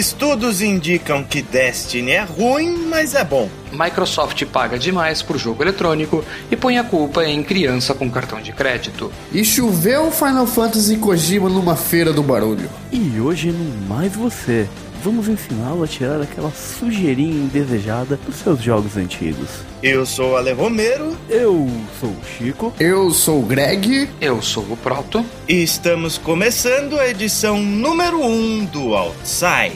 Estudos indicam que Destiny é ruim, mas é bom. Microsoft paga demais por jogo eletrônico e põe a culpa em criança com cartão de crédito. E choveu Final Fantasy Kojima numa feira do barulho. E hoje no Mais Você, vamos ensiná-lo a tirar aquela sujeirinha indesejada dos seus jogos antigos. Eu sou o Ale Romero. Eu sou o Chico. Eu sou o Greg. Eu sou o Proto. E estamos começando a edição número 1 do Outside.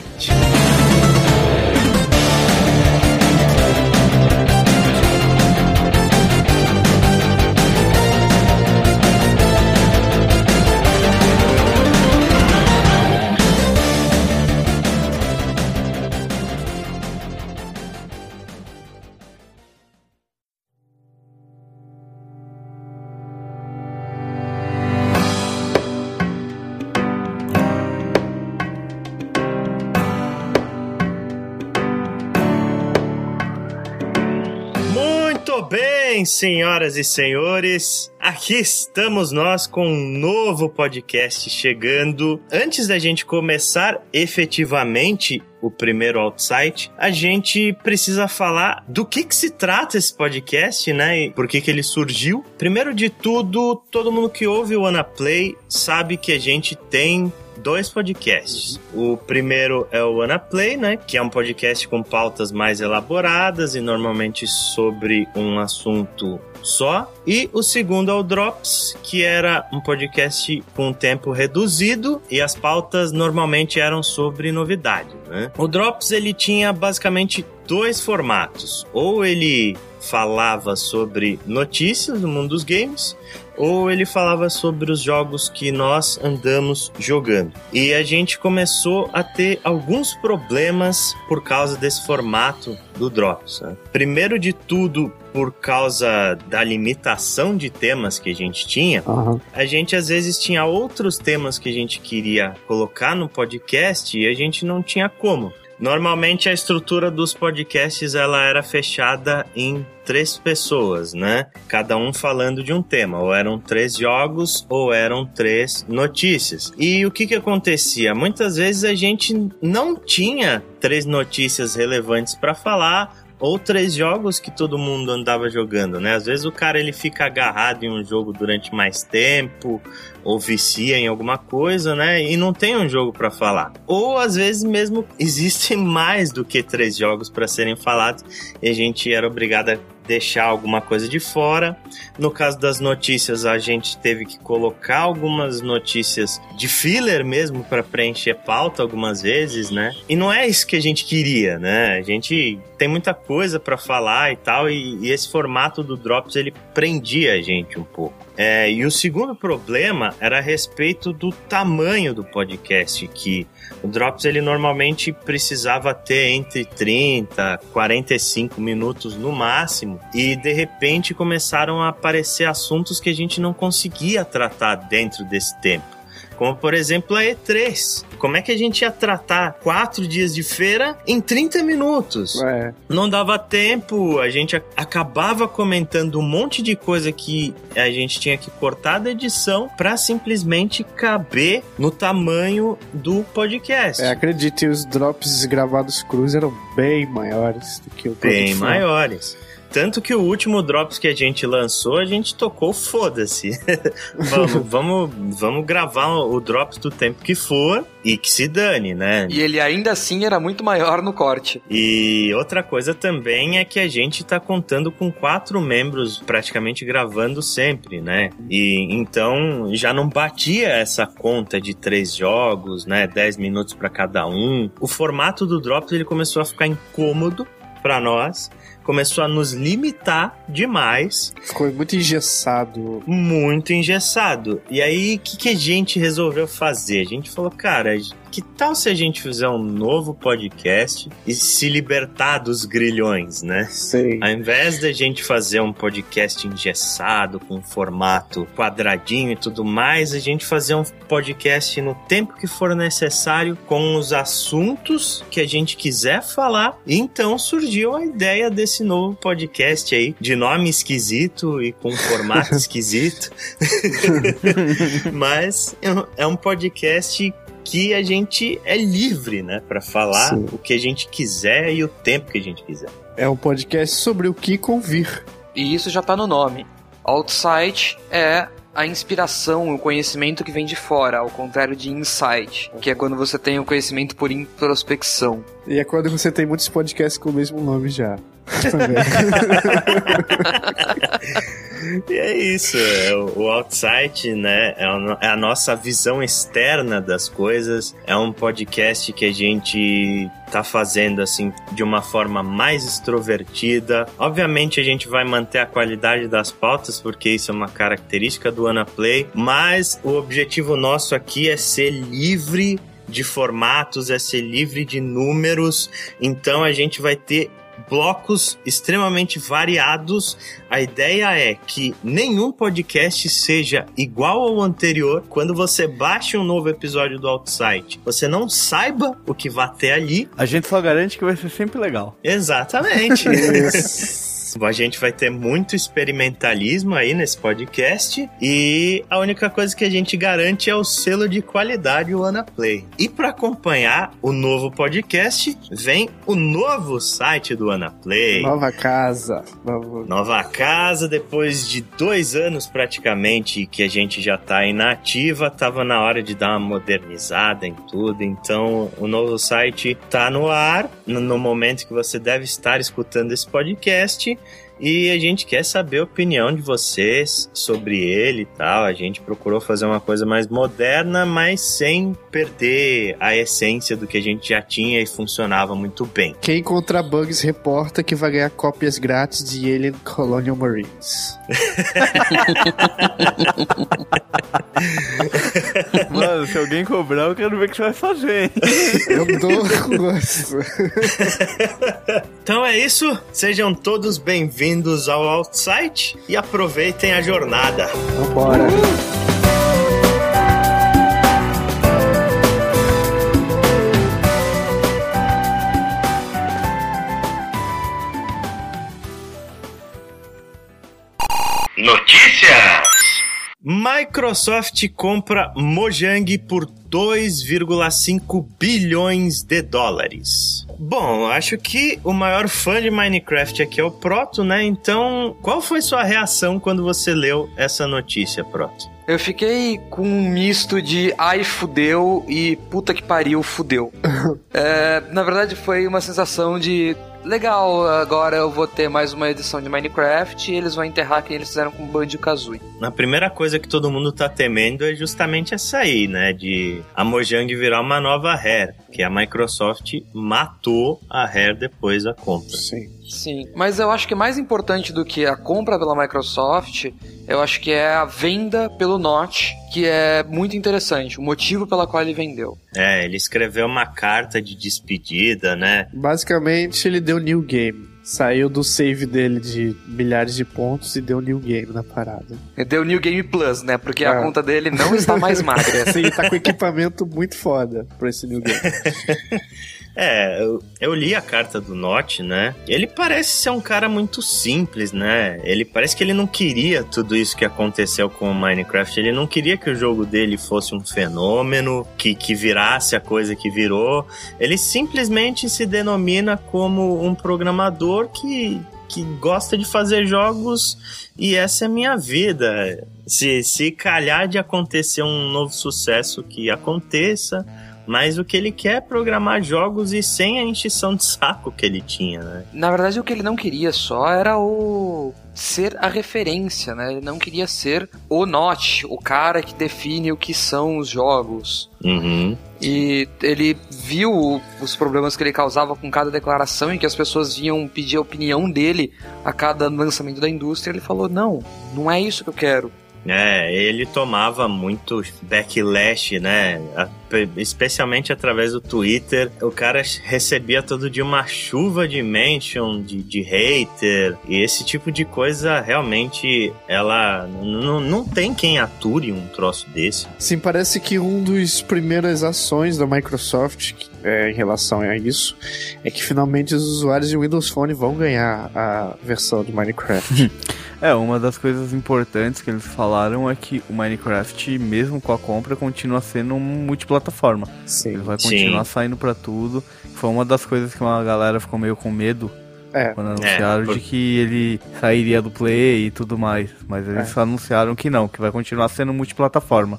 Bem, senhoras e senhores, aqui estamos nós com um novo podcast chegando. Antes da gente começar efetivamente o primeiro Outside, a gente precisa falar do que se trata esse podcast, né? E por que ele surgiu. Primeiro de tudo, todo mundo que ouve o WannaPlay sabe que a gente tem 2 podcasts. O primeiro é o WannaPlay, né? Que é um podcast com pautas mais elaboradas e normalmente sobre um assunto só. E o segundo é o Drops, que era um podcast com tempo reduzido e as pautas normalmente eram sobre novidade, né? O Drops, ele tinha basicamente 2 formatos. Ou ele falava sobre notícias do mundo dos games, ou ele falava sobre os jogos que nós andamos jogando. E a gente começou a ter alguns problemas por causa desse formato do Drops, né? Primeiro de tudo, por causa da limitação de temas que a gente tinha, a gente às vezes tinha outros temas que a gente queria colocar no podcast e a gente não tinha como. Normalmente a estrutura dos podcasts ela era fechada em 3 pessoas, né? Cada um falando de um tema. Ou eram 3 jogos ou eram 3 notícias. E o que acontecia? Muitas vezes a gente não tinha 3 notícias relevantes para falar ou 3 jogos que todo mundo andava jogando, né? Às vezes o cara ele fica agarrado em um jogo durante mais tempo ou vicia em alguma coisa, né? E não tem um jogo para falar. Ou às vezes mesmo existem mais do que 3 jogos para serem falados e a gente era obrigado a deixar alguma coisa de fora. No caso das notícias, a gente teve que colocar algumas notícias de filler mesmo para preencher pauta algumas vezes, né? E não é isso que a gente queria, né? A gente tem muita coisa para falar e tal, e esse formato do Drops, ele prendia a gente um pouco. E o segundo problema era a respeito do tamanho do podcast, que o Drops ele normalmente precisava ter entre 30 a 45 minutos no máximo, e de repente começaram a aparecer assuntos que a gente não conseguia tratar dentro desse tempo. Como, por exemplo, a E3. Como é que a gente ia tratar 4 dias de feira em 30 minutos? Não dava tempo, a gente acabava comentando um monte de coisa que a gente tinha que cortar da edição para simplesmente caber no tamanho do podcast. Acredite, os drops gravados crus eram bem maiores do que o bem maiores. Tanto que o último Drops que a gente lançou, a gente tocou foda-se. vamos gravar o Drops do tempo que for e que se dane, né? E ele ainda assim era muito maior no corte. E outra coisa também é que a gente tá contando com 4 membros praticamente gravando sempre, né? E então já não batia essa conta de 3 jogos, né? 10 minutos para cada um. O formato do Drops ele começou a ficar incômodo para nós. Começou a nos limitar demais. Ficou muito engessado. Muito engessado. E aí, o que a gente resolveu fazer? A gente falou, cara, que tal se a gente fizer um novo podcast e se libertar dos grilhões, né? Sim. Ao invés da gente fazer um podcast engessado, com um formato quadradinho e tudo mais, a gente fazer um podcast no tempo que for necessário, com os assuntos que a gente quiser falar. E então surgiu a ideia desse novo podcast aí, de nome esquisito e com formato esquisito. Mas é um podcast aqui a gente é livre, né? Pra falar o que a gente quiser e o tempo que a gente quiser. É um podcast sobre o que convir. E isso já tá no nome. Outside é a inspiração, o conhecimento que vem de fora, ao contrário de insight, que é quando você tem o conhecimento por introspecção. E é quando você tem muitos podcasts com o mesmo nome já. E é isso, o Outside, né, é a nossa visão externa das coisas, é um podcast que a gente tá fazendo, assim, de uma forma mais extrovertida. Obviamente a gente vai manter a qualidade das pautas, porque isso é uma característica do WannaPlay, mas o objetivo nosso aqui é ser livre de formatos, é ser livre de números, então a gente vai ter blocos extremamente variados. A ideia é que nenhum podcast seja igual ao anterior. Quando você baixa um novo episódio do Outside, você não saiba o que vai ter ali. A gente só garante que vai ser sempre legal. Exatamente. A gente vai ter muito experimentalismo aí nesse podcast e a única coisa que a gente garante é o selo de qualidade WannaPlay. E para acompanhar o novo podcast, vem o novo site do WannaPlay. Nova casa. Nova casa, depois de 2 anos praticamente que a gente já tá inativa, tava na hora de dar uma modernizada em tudo. Então o novo site tá no ar, no momento que você deve estar escutando esse podcast. E a gente quer saber a opinião de vocês sobre ele e tal. A gente procurou fazer uma coisa mais moderna, mas sem perder a essência do que a gente já tinha e funcionava muito bem. Quem encontrar bugs reporta que vai ganhar cópias grátis de Alien Colonial Marines. Mano, se alguém cobrar, eu quero ver o que você vai fazer, hein? Eu dou gosto. Então é isso. Sejam todos bem-vindos ao Outside e aproveitem a jornada. Vambora. Notícias! Microsoft compra Mojang por 2,5 bilhões de dólares. Bom, acho que o maior fã de Minecraft aqui é o Proto, né? Então, qual foi sua reação quando você leu essa notícia, Proto? Eu fiquei com um misto de ai fudeu e puta que pariu fudeu. Na verdade foi uma sensação de legal, agora eu vou ter mais uma edição de Minecraft e eles vão enterrar quem eles fizeram com o Banjo-Kazooie. A primeira coisa que todo mundo tá temendo é justamente essa aí, né? De a Mojang virar uma nova Rare, que a Microsoft matou a Rare depois da compra. Sim, mas eu acho que mais importante do que a compra pela Microsoft, eu acho que é a venda pelo Notch, que é muito interessante, o motivo pela qual ele vendeu. Ele escreveu uma carta de despedida, né? Basicamente, ele deu new game. Saiu do save dele de milhares de pontos e deu new game na parada. Deu new game plus, né? Porque a conta dele não está mais magra. Sim, tá com equipamento muito foda pra esse new game. Eu li a carta do Notch, né? Ele parece ser um cara muito simples, né? Ele parece que ele não queria tudo isso que aconteceu com o Minecraft. Ele não queria que o jogo dele fosse um fenômeno, que virasse a coisa que virou. Ele simplesmente se denomina como um programador que gosta de fazer jogos e essa é a minha vida. Se calhar de acontecer um novo sucesso, que aconteça. Mas o que ele quer é programar jogos e sem a encheção de saco que ele tinha, né? Na verdade, o que ele não queria só era ser a referência, né? Ele não queria ser o Notch, o cara que define o que são os jogos. Uhum. E ele viu os problemas que ele causava com cada declaração e que as pessoas vinham pedir a opinião dele a cada lançamento da indústria. Ele falou, não é isso que eu quero. Ele tomava muito backlash, né? Especialmente através do Twitter. O cara recebia todo dia uma chuva de mention, de hater. E esse tipo de coisa, realmente, ela não tem quem ature um troço desse. Sim, parece que uma das primeiras ações da Microsoft em relação a isso é que finalmente os usuários de Windows Phone vão ganhar a versão de Minecraft. Uma das coisas importantes que eles falaram é que o Minecraft, mesmo com a compra, continua sendo um multiplataforma. Sim. Ele vai continuar saindo pra tudo. Foi uma das coisas que uma galera ficou meio com medo quando anunciaram de que ele sairia do Play e tudo mais. Mas eles anunciaram que não, que vai continuar sendo multiplataforma.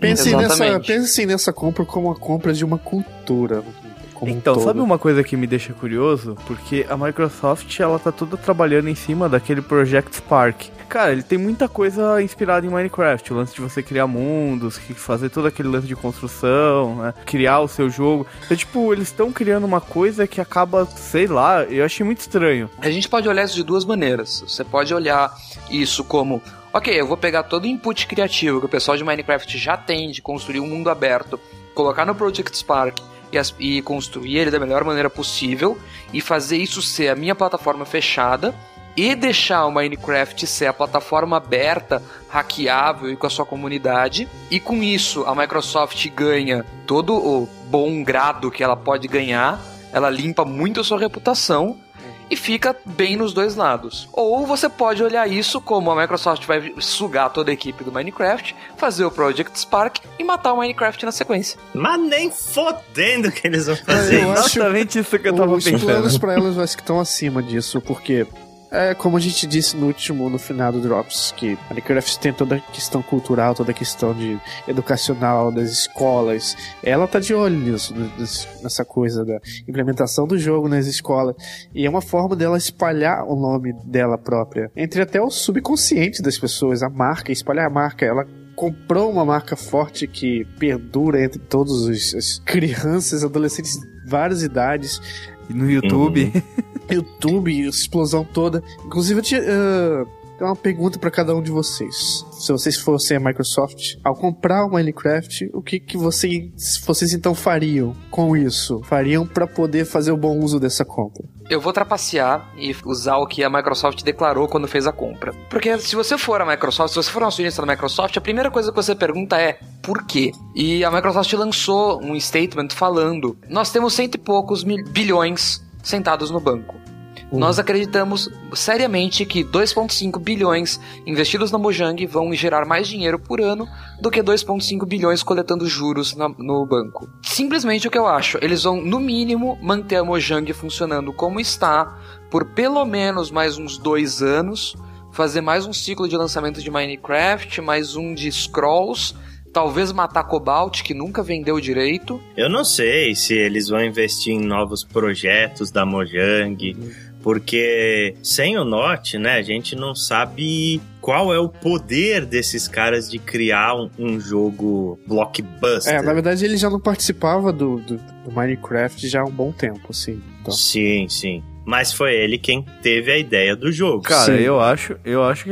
Pense nessa compra como a compra de uma cultura. Então, sabe uma coisa que me deixa curioso? Porque a Microsoft, ela tá toda trabalhando em cima daquele Project Spark. Cara, ele tem muita coisa inspirada em Minecraft. O lance de você criar mundos, fazer todo aquele lance de construção, né? Criar o seu jogo. Então, tipo, eles estão criando uma coisa que acaba, sei lá, eu achei muito estranho. A gente pode olhar isso de duas maneiras. Você pode olhar isso como... Ok, eu vou pegar todo o input criativo que o pessoal de Minecraft já tem de construir um mundo aberto, colocar no Project Spark e construir ele da melhor maneira possível e fazer isso ser a minha plataforma fechada e deixar o Minecraft ser a plataforma aberta, hackeável e com a sua comunidade. E com isso a Microsoft ganha todo o bom grado que ela pode ganhar, ela limpa muito a sua reputação e fica bem nos dois lados. Ou você pode olhar isso como a Microsoft vai sugar toda a equipe do Minecraft, fazer o Project Spark e matar o Minecraft na sequência. Mas nem fodendo que eles vão fazer. Exatamente isso que eu tava pensando. Os planos pra elas acho que estão acima disso, porque... como a gente disse no final do Drops, que Minecraft tem toda a questão cultural, toda a questão de educacional das escolas. Ela tá de olho nisso, nessa coisa da implementação do jogo nas escolas. E é uma forma dela espalhar o nome dela própria entre até o subconsciente das pessoas, a marca, espalhar a marca. Ela comprou uma marca forte que perdura entre todas as crianças, adolescentes de várias idades. E no YouTube... YouTube, explosão toda. Inclusive, eu tinha uma pergunta pra cada um de vocês. Se vocês fossem a Microsoft, ao comprar o Minecraft, o que vocês então fariam com isso? Fariam pra poder fazer o bom uso dessa compra? Eu vou trapacear e usar o que a Microsoft declarou quando fez a compra. Porque se você for a Microsoft, se você for um acionista da Microsoft, a primeira coisa que você pergunta é por quê? E a Microsoft lançou um statement falando: nós temos 100 e poucos bilhões sentados no banco. Nós acreditamos seriamente que 2,5 bilhões investidos na Mojang vão gerar mais dinheiro por ano do que 2,5 bilhões coletando juros no banco. Simplesmente o que eu acho, eles vão no mínimo manter a Mojang funcionando como está por pelo menos mais uns 2 anos, fazer mais um ciclo de lançamento de Minecraft, mais um de Scrolls, talvez matar Cobalt, que nunca vendeu direito. Eu não sei se eles vão investir em novos projetos da Mojang, porque sem o Notch, né, a gente não sabe qual é o poder desses caras de criar um jogo blockbuster. Na verdade ele já não participava do Minecraft já há um bom tempo, assim. Então. Sim. Mas foi ele quem teve a ideia do jogo. Cara, eu acho que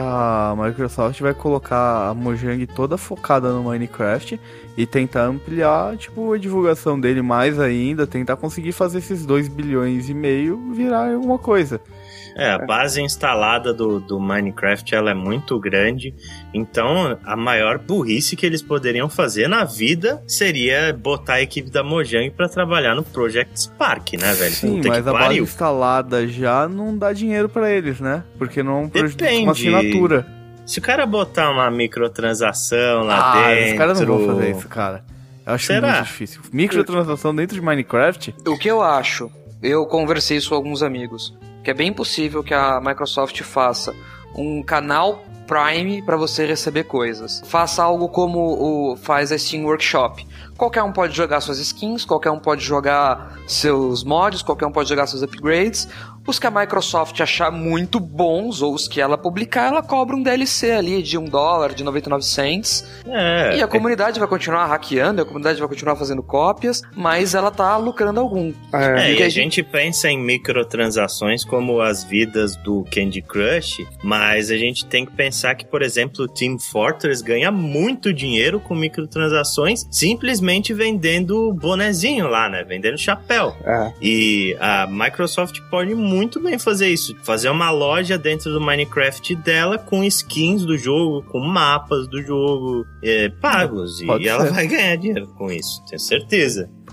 a Microsoft vai colocar a Mojang toda focada no Minecraft e tentar ampliar, tipo, a divulgação dele mais ainda, tentar conseguir fazer esses 2 bilhões e meio virar alguma coisa. A base instalada do Minecraft, ela é muito grande, então a maior burrice que eles poderiam fazer na vida seria botar a equipe da Mojang pra trabalhar no Project Spark, né, velho? Sim, mas a base instalada já não dá dinheiro pra eles, né? Porque não é um projeto com uma assinatura. Se o cara botar uma microtransação lá dentro... Os caras não vão fazer isso, cara. Eu acho muito difícil. Microtransação dentro de Minecraft? O que eu acho, eu conversei isso com alguns amigos, que é bem possível que a Microsoft faça um canal Prime para você receber coisas. Faça algo como faz a Steam Workshop. Qualquer um pode jogar suas skins, qualquer um pode jogar seus mods, qualquer um pode jogar seus upgrades. Os que a Microsoft achar muito bons, ou os que ela publicar, ela cobra um DLC ali de $1, de 99 cents. E a comunidade vai continuar hackeando, a comunidade vai continuar fazendo cópias, mas ela tá lucrando algum. E a gente pensa em microtransações como as vidas do Candy Crush, mas a gente tem que pensar que, por exemplo, o Team Fortress ganha muito dinheiro com microtransações simplesmente vendendo bonezinho lá, né? Vendendo chapéu. E a Microsoft pode muito bem fazer isso. Fazer uma loja dentro do Minecraft dela com skins do jogo, com mapas do jogo pagos. E ela vai ganhar dinheiro com isso, tenho certeza.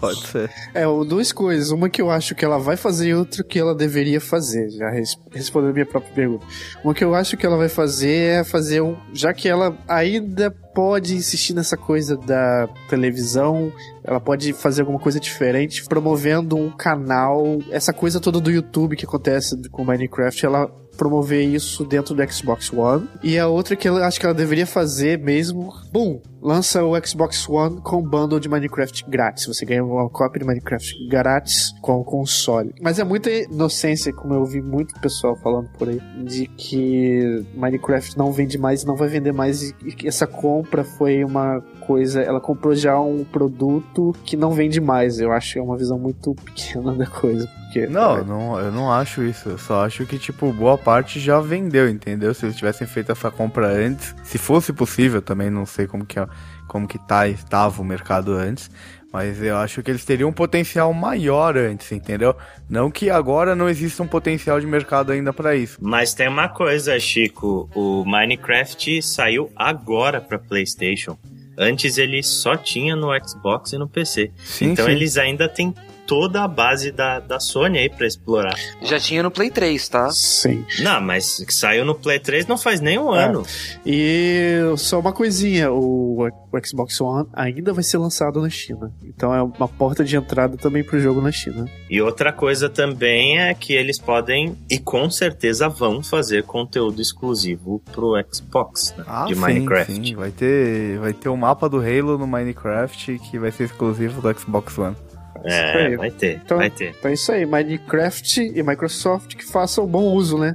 Pode ser. Duas coisas. Uma que eu acho que ela vai fazer e outra que ela deveria fazer. Já respondendo a minha própria pergunta. Uma que eu acho que ela vai fazer é fazer já que ela ainda pode insistir nessa coisa da televisão, ela pode fazer alguma coisa diferente, promovendo um canal, essa coisa toda do YouTube que acontece com Minecraft, ela promover isso dentro do Xbox One. E a outra que eu acho que ela deveria fazer mesmo, lança o Xbox One com um bundle de Minecraft grátis. Você ganha uma cópia de Minecraft grátis com o console. Mas é muita inocência, como eu ouvi muito pessoal falando por aí, de que Minecraft não vende mais e não vai vender mais, e que essa compra foi uma coisa, ela comprou já um produto que não vende mais. Eu acho que é uma visão muito pequena da coisa. Porque, não, eu não acho isso. Eu só acho que, boa parte já vendeu, entendeu? Se eles tivessem feito essa compra antes, se fosse possível, também não sei como que estava o mercado antes, mas eu acho que eles teriam um potencial maior antes, entendeu? Não que agora não exista um potencial de mercado ainda pra isso. Mas tem uma coisa, Chico, o Minecraft saiu agora pra PlayStation. Antes ele só tinha no Xbox e no PC. Sim. Eles ainda têm toda a base da Sony aí pra explorar. Já tinha no Play 3, tá? Sim. Não, mas saiu no Play 3 não faz nem um ano. E só uma coisinha, o Xbox One ainda vai ser lançado na China. Então é uma porta de entrada também pro jogo na China. E outra coisa também é que eles podem, e com certeza vão fazer conteúdo exclusivo pro Xbox, né? De Minecraft. Sim. Vai ter o mapa do Halo no Minecraft que vai ser exclusivo do Xbox One. Vai ter. Então é isso aí, Minecraft e Microsoft que façam bom uso, né?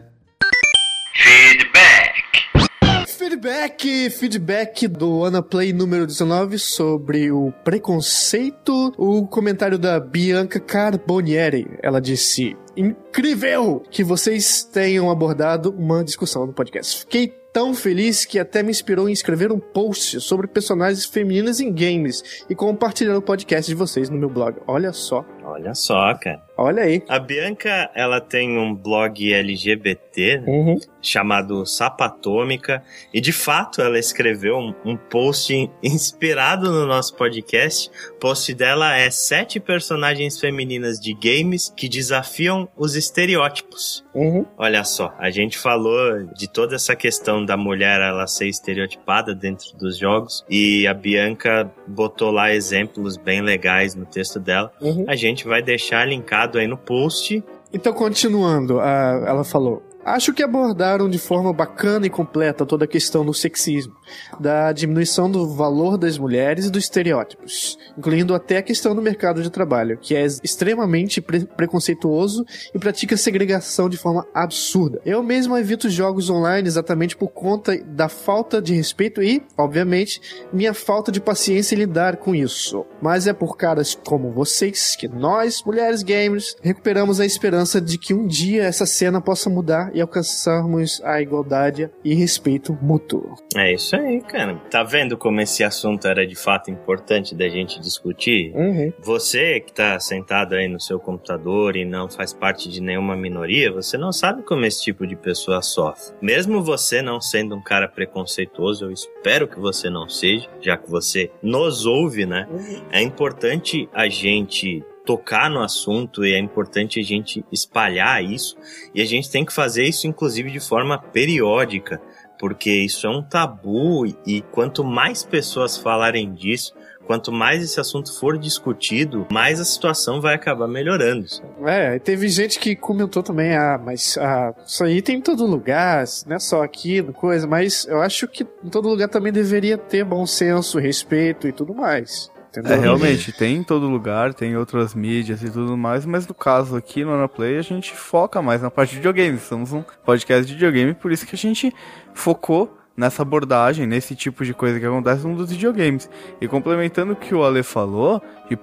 Feedback do Anaplay número 19 sobre o preconceito. O comentário da Bianca Carbonieri. Ela disse: incrível que vocês tenham abordado uma discussão no podcast. Fiquei tão feliz que até me inspirou em escrever um post sobre personagens femininas em games e compartilhar o podcast de vocês no meu blog. Olha só. Olha só, cara. Olha aí. A Bianca, ela tem um blog LGBT chamado Sapatômica, e de fato ela escreveu um post inspirado no nosso podcast. O post dela é 7 personagens femininas de games que desafiam os estereótipos. Olha só, a gente falou de toda essa questão da mulher ela ser estereotipada dentro dos jogos, e a Bianca botou lá exemplos bem legais no texto dela. A gente vai deixar linkado aí no post. Então, continuando, ela falou: acho que abordaram de forma bacana e completa toda a questão do sexismo, da diminuição do valor das mulheres e dos estereótipos, incluindo até a questão do mercado de trabalho, que é extremamente preconceituoso e pratica segregação de forma absurda. Eu mesmo evito jogos online exatamente por conta da falta de respeito e, obviamente, minha falta de paciência em lidar com isso. Mas é por caras como vocês que nós, mulheres gamers, recuperamos a esperança de que um dia essa cena possa mudar e alcançarmos a igualdade e respeito mútuo. É isso aí, cara. Tá vendo como esse assunto era de fato importante da gente discutir? Você que tá sentado aí no seu computador e não faz parte de nenhuma minoria, você não sabe como esse tipo de pessoa sofre. Mesmo você não sendo um cara preconceituoso, eu espero que você não seja, já que você nos ouve, né? É importante a gente tocar no assunto, e é importante a gente espalhar isso, e a gente tem que fazer isso inclusive de forma periódica, porque isso é um tabu, e quanto mais pessoas falarem disso, quanto mais esse assunto for discutido, mais a situação vai acabar melhorando. Teve gente que comentou também, mas isso aí tem em todo lugar, não é só aqui, coisa, mas eu acho que em todo lugar também deveria ter bom senso, respeito e tudo mais. Realmente, tem em todo lugar, tem outras mídias e tudo mais, mas no caso aqui no Anaplay a gente foca mais na parte de videogame. Somos um podcast de videogame, por isso que a gente focou nessa abordagem, nesse tipo de coisa que acontece no mundo dos videogames. E complementando o que o Ale falou,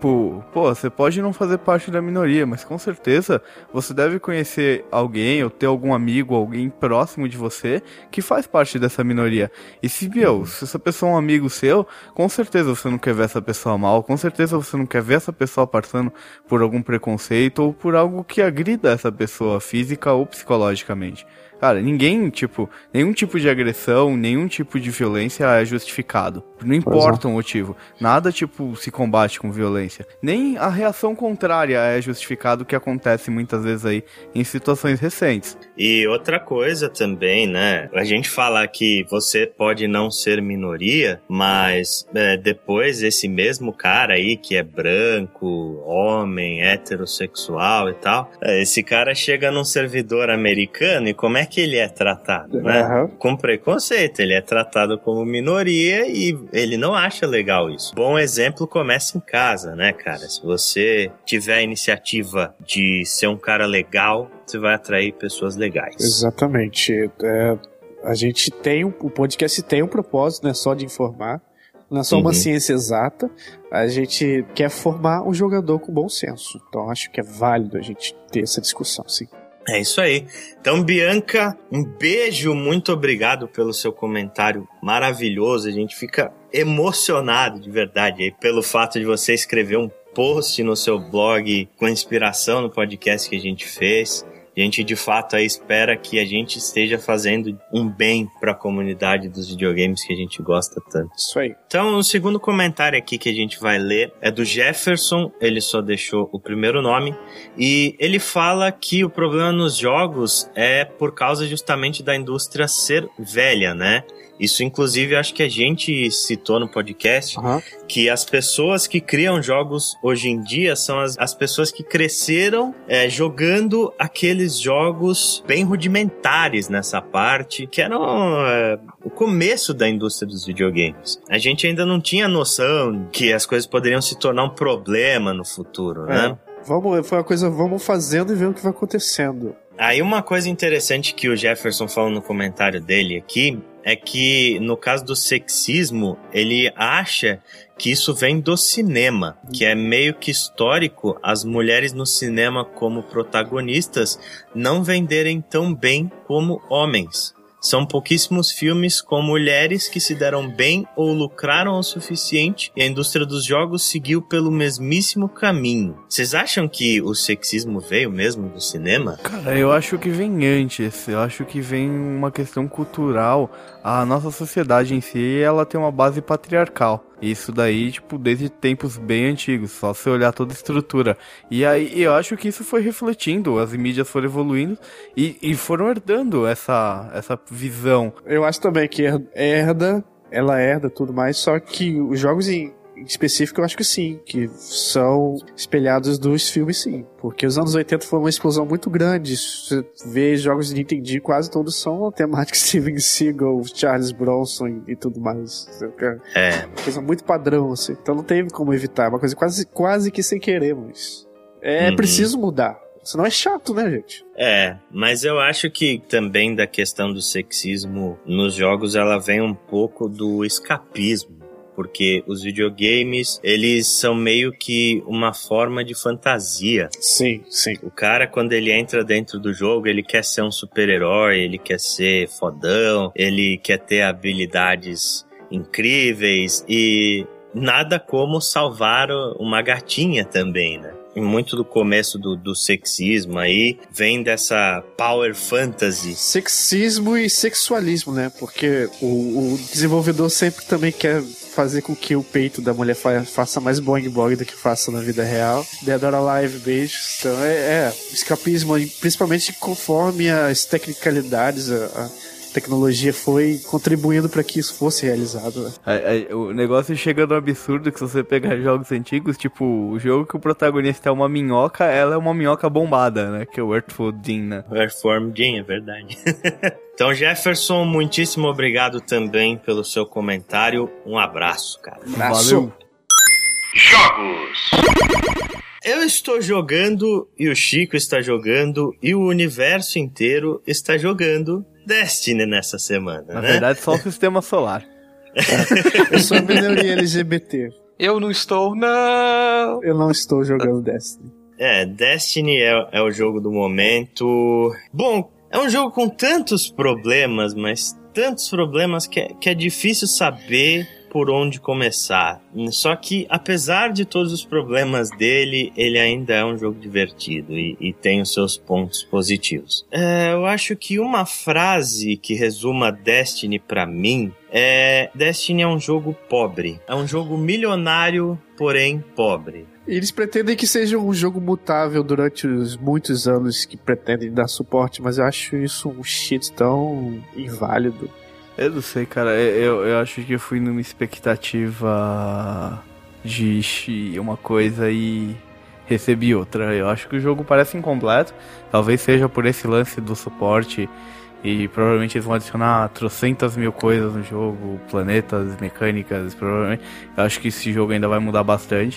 você pode não fazer parte da minoria, mas com certeza você deve conhecer alguém ou ter algum amigo, alguém próximo de você que faz parte dessa minoria. E se essa pessoa é um amigo seu, com certeza você não quer ver essa pessoa mal, com certeza você não quer ver essa pessoa passando por algum preconceito ou por algo que agrida essa pessoa física ou psicologicamente. Cara, nenhum tipo de agressão, nenhum tipo de violência é justificado. Não importa o motivo. Nada, se combate com violência. Nem a reação contrária é justificado, que acontece muitas vezes aí em situações recentes. E outra coisa também, né? A gente fala que você pode não ser minoria, mas depois esse mesmo cara aí que é branco, homem, heterossexual e tal, esse cara chega num servidor americano e como é que ele é tratado, né? Com preconceito, ele é tratado como minoria e ele não acha legal isso. Bom exemplo começa em casa, né, cara? Se você tiver a iniciativa de ser um cara legal, você vai atrair pessoas legais. Exatamente. A gente o podcast tem um propósito, né? Só de informar. Não é só uma ciência exata. A gente quer formar um jogador com bom senso. Então acho que é válido a gente ter essa discussão, sim. É isso aí. Então, Bianca, um beijo, muito obrigado pelo seu comentário maravilhoso. A gente fica emocionado de verdade aí pelo fato de você escrever um post no seu blog com inspiração no podcast que a gente fez. A gente, de fato, aí espera que a gente esteja fazendo um bem para a comunidade dos videogames que a gente gosta tanto. Isso aí. Então, o segundo comentário aqui que a gente vai ler é do Jefferson, ele só deixou o primeiro nome, e ele fala que o problema nos jogos é por causa justamente da indústria ser velha, né? Isso, inclusive, acho que a gente citou no podcast, que as pessoas que criam jogos hoje em dia são as pessoas que cresceram jogando aqueles jogos bem rudimentares nessa parte, que eram o começo da indústria dos videogames. A gente ainda não tinha noção que as coisas poderiam se tornar um problema no futuro, né? Vamos fazendo e ver o que vai acontecendo. Aí uma coisa interessante que o Jefferson falou no comentário dele aqui é que, no caso do sexismo, ele acha que isso vem do cinema, que é meio que histórico as mulheres no cinema como protagonistas não venderem tão bem como homens. São pouquíssimos filmes com mulheres que se deram bem ou lucraram o suficiente e a indústria dos jogos seguiu pelo mesmíssimo caminho. Vocês acham que o sexismo veio mesmo do cinema? Cara, eu acho que vem antes. Eu acho que vem uma questão cultural. A nossa sociedade em si, ela tem uma base patriarcal. Isso daí, desde tempos bem antigos, só se olhar toda a estrutura. E aí, eu acho que isso foi refletindo, as mídias foram evoluindo e foram herdando essa visão. Eu acho também que ela herda tudo mais, só que os jogos em específico eu acho que sim, que são espelhados dos filmes, sim. Porque os anos 80 foi uma explosão muito grande. Você vê jogos de Nintendo, quase todos são temáticos Steven Seagal, Charles Bronson e tudo mais. É uma coisa muito padrão, assim. Então não teve como evitar. É uma coisa quase que sem querer, mas preciso mudar. Senão é chato, né, gente? Mas eu acho que também da questão do sexismo nos jogos, ela vem um pouco do escapismo. Porque os videogames, eles são meio que uma forma de fantasia. Sim, sim. O cara, quando ele entra dentro do jogo, ele quer ser um super-herói, ele quer ser fodão, ele quer ter habilidades incríveis e nada como salvar uma gatinha também, né? E muito do começo do sexismo aí vem dessa power fantasy. Sexismo e sexualismo, né? Porque o desenvolvedor sempre também quer fazer com que o peito da mulher faça mais boing boing do que faça na vida real. Dead or Alive, beijos. Então escapismo, principalmente conforme as tecnicalidades, a tecnologia foi contribuindo para que isso fosse realizado, né? O negócio chega no absurdo que se você pegar jogos antigos, o jogo que o protagonista é uma minhoca, ela é uma minhoca bombada, né? Que é o Earthworm Jim, né? O Earthworm Jim, é verdade. Então, Jefferson, muitíssimo obrigado também pelo seu comentário. Um abraço, cara. Valeu. Jogos! Eu estou jogando, e o Chico está jogando, e o universo inteiro está jogando Destiny nessa semana, Na verdade, só o sistema solar. Eu sou a minoria LGBT. Eu não estou, não! Eu não estou jogando Destiny. Destiny é o jogo do momento. Bom, é um jogo com tantos problemas, mas tantos problemas que é difícil saber por onde começar. Só que, apesar de todos os problemas dele, ele ainda é um jogo divertido e tem os seus pontos positivos. Eu acho que uma frase que resuma Destiny pra mim Destiny é um jogo pobre. É um jogo milionário, porém pobre. Eles pretendem que seja um jogo mutável durante os muitos anos que pretendem dar suporte, mas eu acho isso um shit tão inválido. Eu não sei, cara. Eu acho que eu fui numa expectativa de uma coisa e recebi outra. Eu acho que o jogo parece incompleto. Talvez seja por esse lance do suporte. E provavelmente eles vão adicionar trocentas mil coisas no jogo, planetas, mecânicas, provavelmente. Eu acho que esse jogo ainda vai mudar bastante.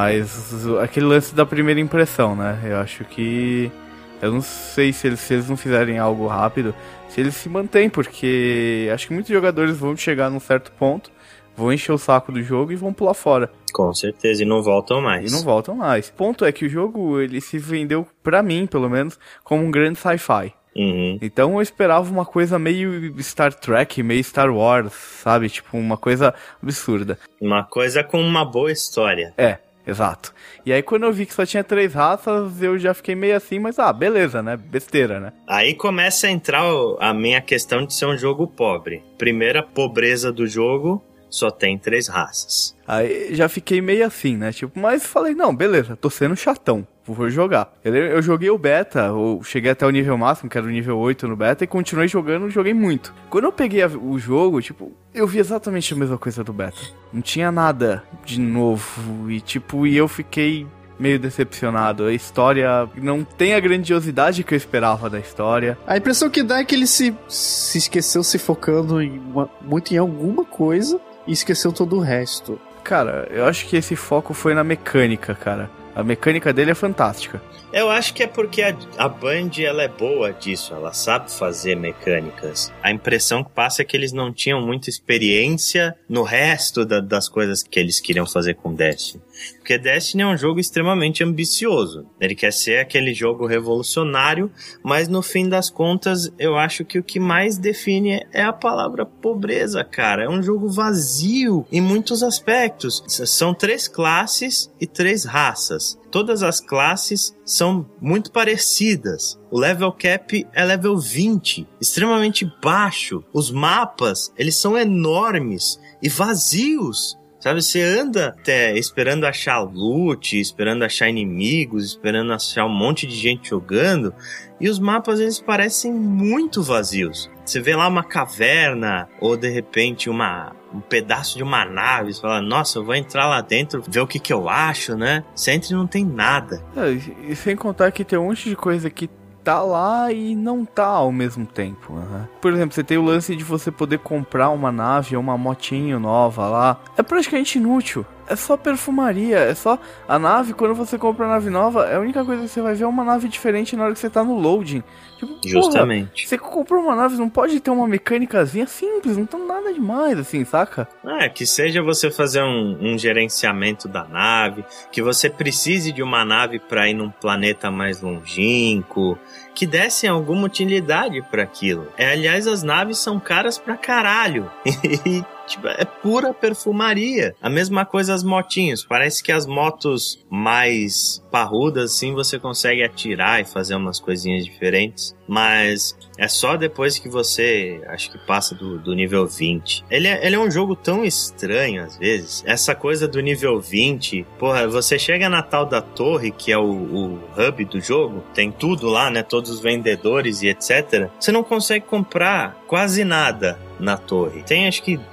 Mas aquele lance da primeira impressão, né? Eu acho que... Eu não sei se eles não fizerem algo rápido, se eles se mantêm, porque acho que muitos jogadores vão chegar num certo ponto, vão encher o saco do jogo e vão pular fora. Com certeza, e não voltam mais. O ponto é que o jogo, ele se vendeu, pra mim, pelo menos, como um grande sci-fi. Uhum. Então eu esperava uma coisa meio Star Trek, meio Star Wars, sabe? Tipo, uma coisa absurda. Uma coisa com uma boa história. Exato. E aí quando eu vi que só tinha 3 raças, eu já fiquei meio assim, mas beleza, né? Besteira, né? Aí começa a entrar a minha questão de ser um jogo pobre. Primeira pobreza do jogo, só tem 3 raças. Aí já fiquei meio assim, né? Tipo, mas falei, não, beleza, tô sendo chatão, vou jogar. Eu joguei o beta, eu cheguei até o nível máximo, que era o nível 8 no beta, e continuei jogando, joguei muito. Quando eu peguei o jogo, tipo, eu vi exatamente a mesma coisa do beta. Não tinha nada de novo, e eu fiquei meio decepcionado. A história não tem a grandiosidade que eu esperava da história. A impressão que dá é que ele se esqueceu se focando muito em alguma coisa e esqueceu todo o resto. Cara, eu acho que esse foco foi na mecânica, cara. A mecânica dele é fantástica. Eu acho que é porque a Band, ela é boa disso, ela sabe fazer mecânicas. A impressão que passa é que eles não tinham muita experiência no resto das coisas que eles queriam fazer com Destiny. Porque Destiny é um jogo extremamente ambicioso. Ele quer ser aquele jogo revolucionário, mas no fim das contas, eu acho que o que mais define é a palavra pobreza, cara. É um jogo vazio em muitos aspectos. São 3 classes e 3 raças. Todas as classes são muito parecidas. O level cap é level 20, extremamente baixo. Os mapas, eles são enormes e vazios. Sabe, você anda até esperando achar loot, esperando achar inimigos, esperando achar um monte de gente jogando, e os mapas, eles parecem muito vazios. Você vê lá uma caverna, ou de repente um pedaço de uma nave, você fala, nossa, eu vou entrar lá dentro, ver o que eu acho, né? Você entra e não tem nada. E sem contar que tem um monte de coisa que tá lá e não tá ao mesmo tempo, né? Por exemplo, você tem o lance de você poder comprar uma nave ou uma motinho nova lá. É praticamente inútil. É só perfumaria, é só... A nave, quando você compra a nave nova, a única coisa que você vai ver é uma nave diferente na hora que você tá no loading. Tipo, justamente. Porra, você comprou uma nave, não pode ter uma mecânicazinha simples, não tem nada demais, assim, saca? Que seja você fazer um gerenciamento da nave, que você precise de uma nave pra ir num planeta mais longínquo, que dessem alguma utilidade pra aquilo. Aliás, as naves são caras pra caralho. E é pura perfumaria. A mesma coisa as motinhos. Parece que as motos mais parrudas, assim, você consegue atirar e fazer umas coisinhas diferentes. Mas é só depois que você, acho que passa do nível 20. Ele é um jogo tão estranho, às vezes. Essa coisa do nível 20, porra, você chega na tal da torre, que é o hub do jogo, tem tudo lá, né? Todos os vendedores e etc. Você não consegue comprar quase nada na torre. Tem, acho que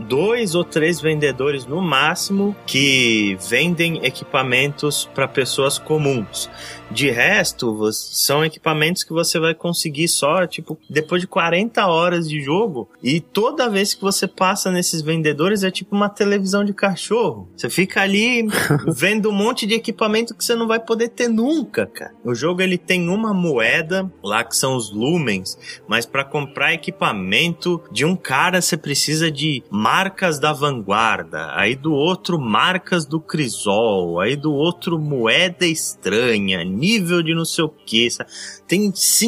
2 ou 3 vendedores no máximo que vendem equipamentos para pessoas comuns. De resto, são equipamentos que você vai conseguir só, tipo, depois de 40 horas de jogo. E toda vez que você passa nesses vendedores é tipo uma televisão de cachorro. Você fica ali vendo um monte de equipamento que você não vai poder ter nunca, cara. O jogo, ele tem uma moeda lá que são os lumens, mas para comprar equipamento de um cara você precisa de marcas da vanguarda, aí do outro marcas do crisol, aí do outro moeda estranha, nível de não sei o que. Tem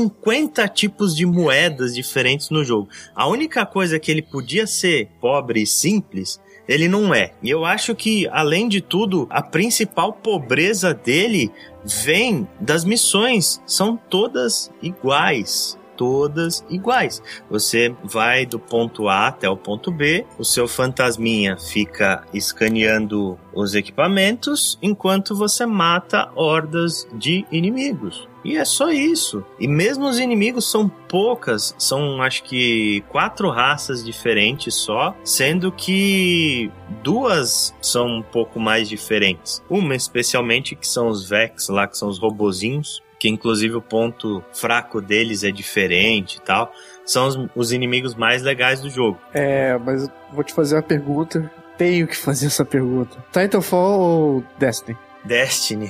50 tipos de moedas diferentes no jogo. A única coisa que ele podia ser pobre e simples ele não é. E eu acho que, além de tudo, a principal pobreza dele vem das missões. São todas iguais. Todas iguais. Você vai do ponto A até o ponto B, o seu fantasminha fica escaneando os equipamentos enquanto você mata hordas de inimigos. E é só isso. E mesmo os inimigos são poucas, são acho que 4 raças diferentes só, sendo que 2 são um pouco mais diferentes. Uma especialmente que são os Vex lá, que são os robozinhos, que inclusive o ponto fraco deles é diferente e tal. São os inimigos mais legais do jogo. Mas eu vou te fazer uma pergunta. Tenho que fazer essa pergunta. Titanfall ou Destiny? Destiny.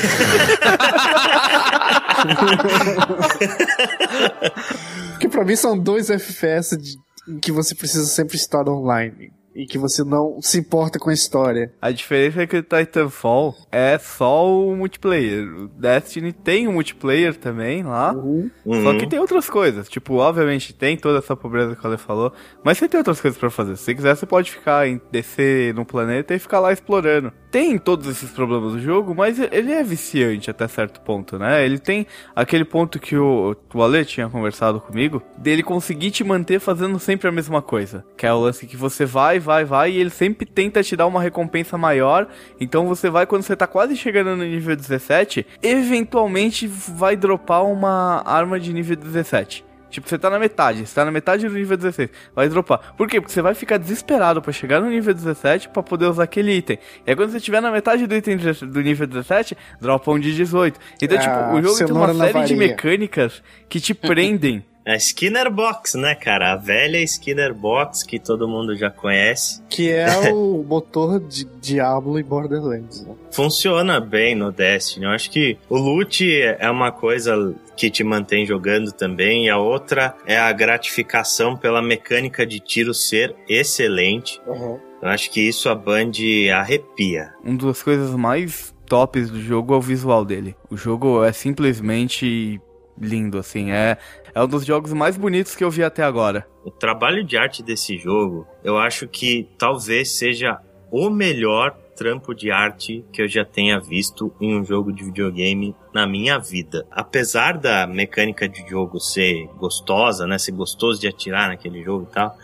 Porque pra mim são 2 FPS em que você precisa sempre estar online. E que você não se importa com a história. A diferença é que o Titanfall é só o multiplayer. O Destiny tem o multiplayer também lá. Só que tem outras coisas. Tipo, obviamente tem toda essa pobreza que o Ale falou. Mas você tem outras coisas pra fazer. Se você quiser, você pode descer no planeta e ficar lá explorando. Tem todos esses problemas do jogo, mas ele é viciante até certo ponto, né? Ele tem aquele ponto que o Ale tinha conversado comigo, dele conseguir te manter fazendo sempre a mesma coisa. Que é o lance que você vai, e ele sempre tenta te dar uma recompensa maior. Então você vai, quando você tá quase chegando no nível 17, eventualmente vai dropar uma arma de nível 17. Tipo, você tá na metade do nível 16, vai dropar. Por quê? Porque você vai ficar desesperado pra chegar no nível 17 pra poder usar aquele item. E aí quando você estiver na metade do item do nível 17, dropa um de 18. Então, tipo, o jogo tem uma série de mecânicas que te prendem. A Skinner Box, né, cara? A velha Skinner Box que todo mundo já conhece. Que é o motor de Diablo e Borderlands, né? Funciona bem no Destiny. Eu acho que o loot é uma coisa que te mantém jogando também, e a outra é a gratificação pela mecânica de tiro ser excelente. Eu acho que isso a Band arrepia. Uma das coisas mais tops do jogo é o visual dele. O jogo é simplesmente lindo, assim, é um dos jogos mais bonitos que eu vi até agora. O trabalho de arte desse jogo, eu acho que talvez seja o melhor trampo de arte que eu já tenha visto em um jogo de videogame na minha vida. Apesar da mecânica de jogo ser gostosa, né, ser gostoso de atirar naquele jogo e tal,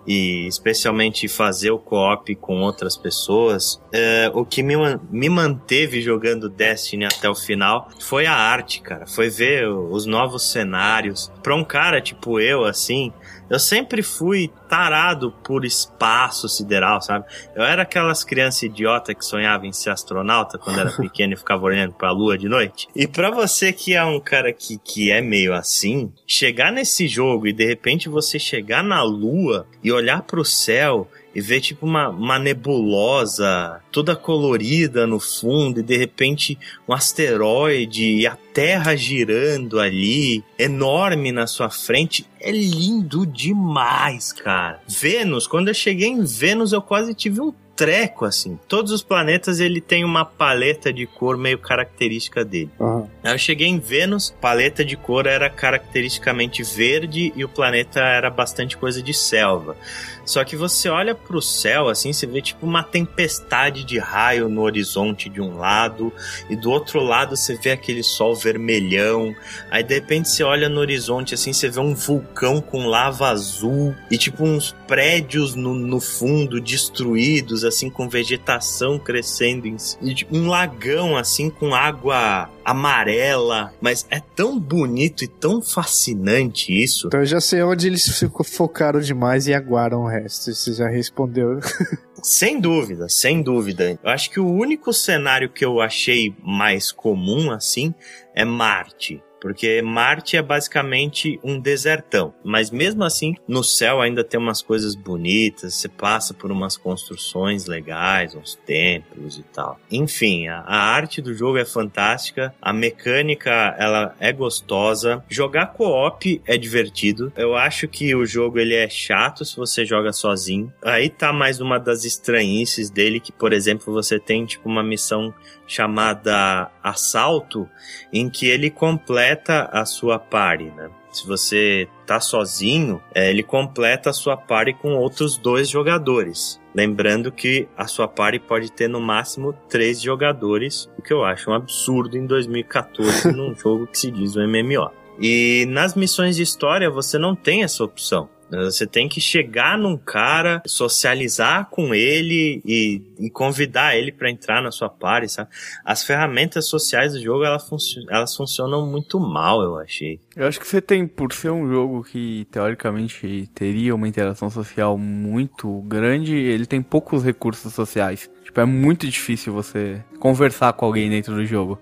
e especialmente fazer o co-op com outras pessoas, o que me manteve jogando Destiny até o final foi a arte, cara. Foi ver os novos cenários. Pra um cara tipo eu, assim, eu sempre fui tarado por espaço sideral, sabe? Eu era aquelas crianças idiota que sonhava em ser astronauta quando era pequeno e ficava olhando pra lua de noite. E pra você que é um cara que é meio assim, chegar nesse jogo e de repente você chegar na lua e olhar pro céu e ver tipo uma nebulosa toda colorida no fundo e de repente um asteroide e a Terra girando ali, enorme na sua frente, é lindo demais, cara. Vênus, quando eu cheguei em Vênus eu quase tive um treco, assim. Todos os planetas, ele tem uma paleta de cor meio característica dele. Aí eu cheguei em Vênus, paleta de cor era caracteristicamente verde e o planeta era bastante coisa de selva. Só que você olha pro céu, assim, você vê tipo uma tempestade de raio no horizonte de um lado, e do outro lado você vê aquele sol vermelhão. Aí de repente você olha no horizonte, assim, você vê um vulcão com lava azul, e tipo uns prédios no fundo destruídos, assim, com vegetação crescendo em si. E tipo, um lagão, assim, com água amarela. Mas é tão bonito e tão fascinante isso. Então eu já sei onde eles focaram demais e aguardam o resto. Você já respondeu. Sem dúvida, sem dúvida. Eu acho que o único cenário que eu achei mais comum, assim, é Marte. Porque Marte é basicamente um desertão. Mas mesmo assim, no céu ainda tem umas coisas bonitas. Você passa por umas construções legais, uns templos e tal. Enfim, a arte do jogo é fantástica. A mecânica, ela é gostosa. Jogar co-op é divertido. Eu acho que o jogo ele é chato se você joga sozinho. Aí tá mais uma das estranhices dele, que, por exemplo, você tem tipo uma missão chamada Assalto, em que ele completa a sua party, né? se você tá sozinho, ele completa a sua party com outros 2 jogadores. Lembrando que a sua party pode ter no máximo 3 jogadores, o que eu acho um absurdo em 2014 num jogo que se diz um MMO. E nas missões de história você não tem essa opção. Você tem que chegar num cara, socializar com ele e convidar ele pra entrar na sua party, sabe? As ferramentas sociais do jogo, elas funcionam muito mal, eu achei. Eu acho que você tem, por ser um jogo que teoricamente teria uma interação social muito grande, ele tem poucos recursos sociais. Tipo, é muito difícil você conversar com alguém dentro do jogo.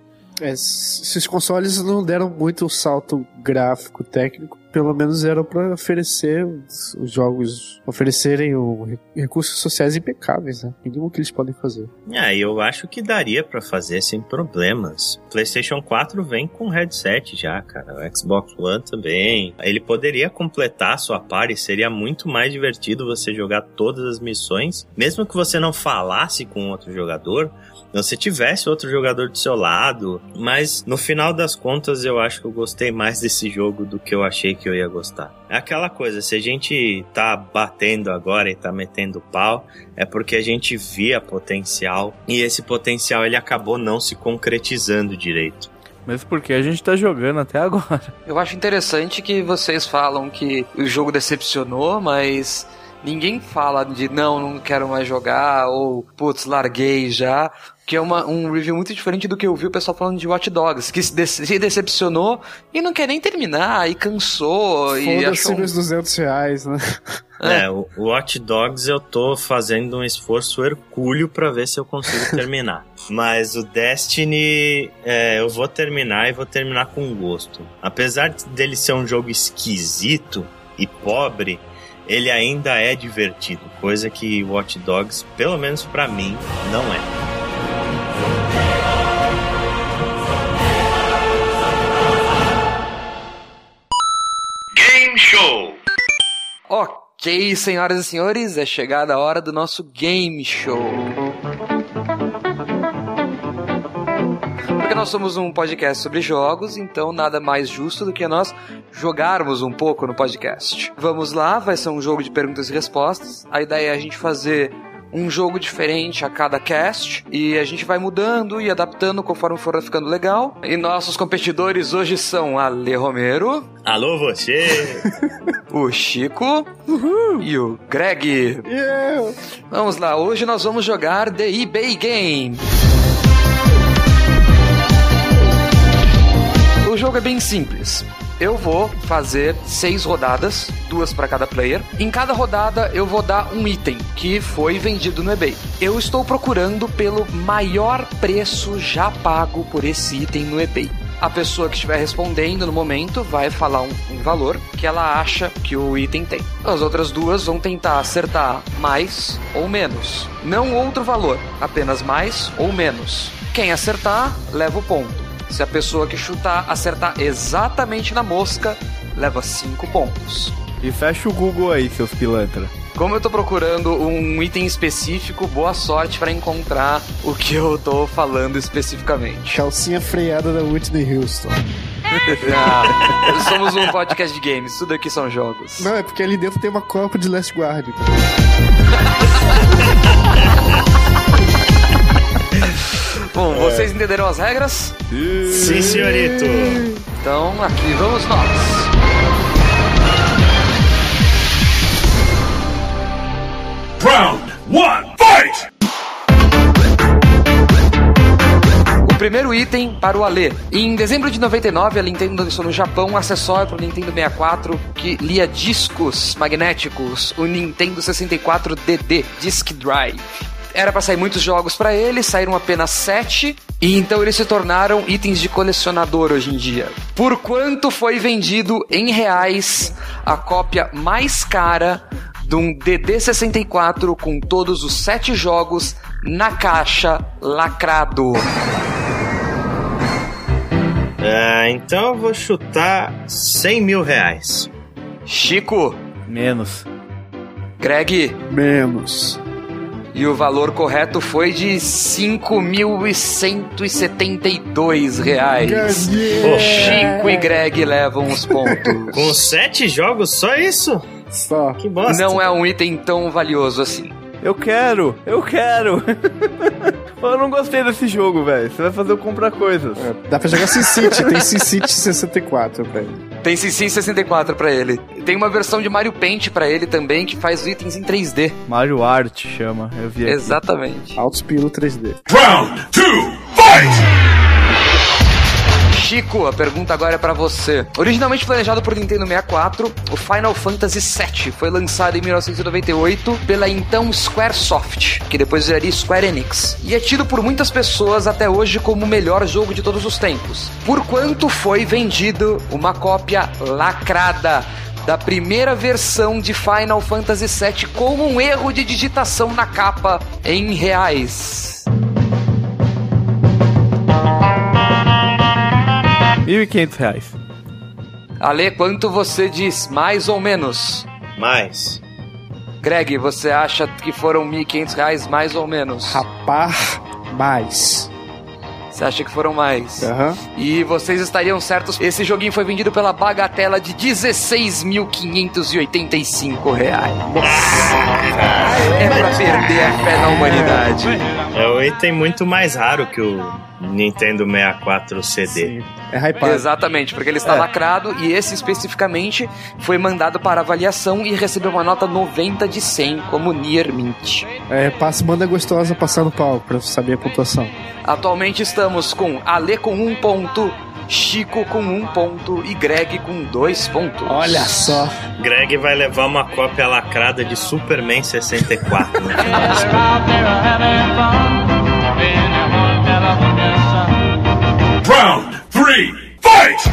Se os consoles não deram muito salto gráfico, técnico, pelo menos eram para oferecer os jogos, oferecerem recursos sociais impecáveis, né? Mínimo que eles podem fazer. Eu acho que daria para fazer sem problemas. PlayStation 4 vem com headset já, cara. O Xbox One também. Ele poderia completar a sua party, seria muito mais divertido você jogar todas as missões, mesmo que você não falasse com outro jogador, você tivesse outro jogador do seu lado, mas no final das contas eu acho que eu gostei mais desse jogo do que eu achei que eu ia gostar. É aquela coisa, se a gente tá batendo agora e tá metendo pau, é porque a gente via potencial, e esse potencial ele acabou não se concretizando direito. Mesmo porque a gente tá jogando até agora. Eu acho interessante que vocês falam que o jogo decepcionou, mas ninguém fala de não quero mais jogar, ou putz, larguei já. Que é um review muito diferente do que eu vi o pessoal falando de Watch Dogs, que se decepcionou e não quer nem terminar, e cansou. Foda-se meus R$200, né? O Watch Dogs eu tô fazendo um esforço hercúleo pra ver se eu consigo terminar. Mas o Destiny, eu vou terminar e vou terminar com gosto. Apesar dele ser um jogo esquisito e pobre, ele ainda é divertido, coisa que Watch Dogs, pelo menos pra mim, não é. Game Show! Ok, senhoras e senhores, é chegada a hora do nosso Game Show. Porque nós somos um podcast sobre jogos, então nada mais justo do que nós jogarmos um pouco no podcast. Vamos lá, vai ser um jogo de perguntas e respostas. A ideia é a gente fazer um jogo diferente a cada cast, e a gente vai mudando e adaptando conforme for ficando legal. E nossos competidores hoje são a Lê Romero. Alô, você! O Chico. Uhul. E o Greg. Yeah. Vamos lá, hoje nós vamos jogar The eBay Game. O jogo é bem simples. Eu vou fazer 6 rodadas, 2 para cada player. Em cada rodada eu vou dar um item que foi vendido no eBay. Eu estou procurando pelo maior preço já pago por esse item no eBay. A pessoa que estiver respondendo no momento vai falar um valor que ela acha que o item tem. As outras 2 vão tentar acertar mais ou menos. Não outro valor, apenas mais ou menos. Quem acertar, leva o ponto. Se a pessoa que chutar acertar exatamente na mosca, leva 5 pontos. E fecha o Google aí, seus pilantra. Como eu tô procurando um item específico, boa sorte pra encontrar o que eu tô falando especificamente. Calcinha freada da Whitney Houston. Somos um podcast de games, tudo aqui são jogos. Não, é porque ali dentro tem uma copa de Last Guard. Bom, vocês entenderam as regras? Sim, senhorito. Então, aqui vamos nós. Round 1, fight! O primeiro item para o Alê. Em dezembro de 99, a Nintendo lançou no Japão um acessório para o Nintendo 64 que lia discos magnéticos, o Nintendo 64 DD, Disk Drive. Era pra sair muitos jogos pra ele, saíram apenas 7, e então eles se tornaram itens de colecionador hoje em dia. Por quanto foi vendido em reais a cópia mais cara de um DD64 com todos os 7 jogos na caixa, lacrado? Então eu vou chutar R$100 mil. Chico? Menos. Greg? Menos. E o valor correto foi de R$5.172. Chico e Greg levam os pontos. Com 7 jogos, só isso? Só. Que bosta. Não é um item tão valioso assim. Eu quero! Eu não gostei desse jogo, velho. Você vai fazer eu comprar coisas. Dá pra jogar SimCity, tem SimCity 64 pra ele. Tem SimCity 64 pra ele. Tem uma versão de Mario Paint pra ele também, que faz itens em 3D. Mario Art chama, eu vi aqui. Exatamente. Autospiro 3D. Round 2, fight! Chico, a pergunta agora é pra você. Originalmente planejado por Nintendo 64, o Final Fantasy VII foi lançado em 1998 pela então Squaresoft, que depois viraria Square Enix, e é tido por muitas pessoas até hoje como o melhor jogo de todos os tempos. Por quanto foi vendido uma cópia lacrada da primeira versão de Final Fantasy VII com um erro de digitação na capa em reais? R$1.500. Ale, quanto você diz? Mais ou menos? Mais. Greg, você acha que foram R$1.500 mais ou menos? Rapaz, mais. Você acha que foram mais? Aham. E vocês estariam certos, esse joguinho foi vendido pela bagatela de R$16.585. É pra perder a fé na humanidade. É um item muito mais raro que o Nintendo 64 CD. Sim. É hypado. Exatamente, porque ele está lacrado e esse especificamente foi mandado para avaliação e recebeu uma nota 90 de 100 como Near Mint. Manda gostosa passar no palco pra saber a pontuação. Atualmente estamos com Ale com 1 ponto, Chico com 1 ponto e Greg com 2 pontos. Olha só. Greg vai levar uma cópia lacrada de Superman 64. Round 3, fight!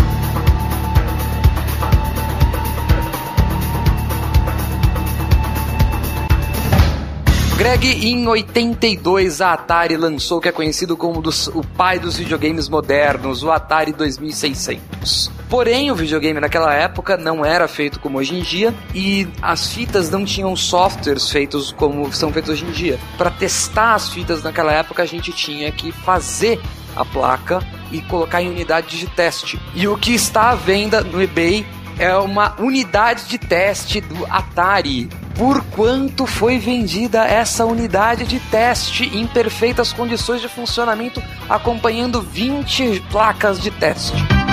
Greg, em 82 a Atari lançou o que é conhecido como o pai dos videogames modernos, o Atari 2600. Porém, o videogame naquela época não era feito como hoje em dia e as fitas não tinham softwares feitos como são feitos hoje em dia. Para testar as fitas naquela época, a gente tinha que fazer a placa e colocar em unidade de teste. E o que está à venda no eBay é uma unidade de teste do Atari. Por quanto foi vendida essa unidade de teste em perfeitas condições de funcionamento, acompanhando 20 placas de teste?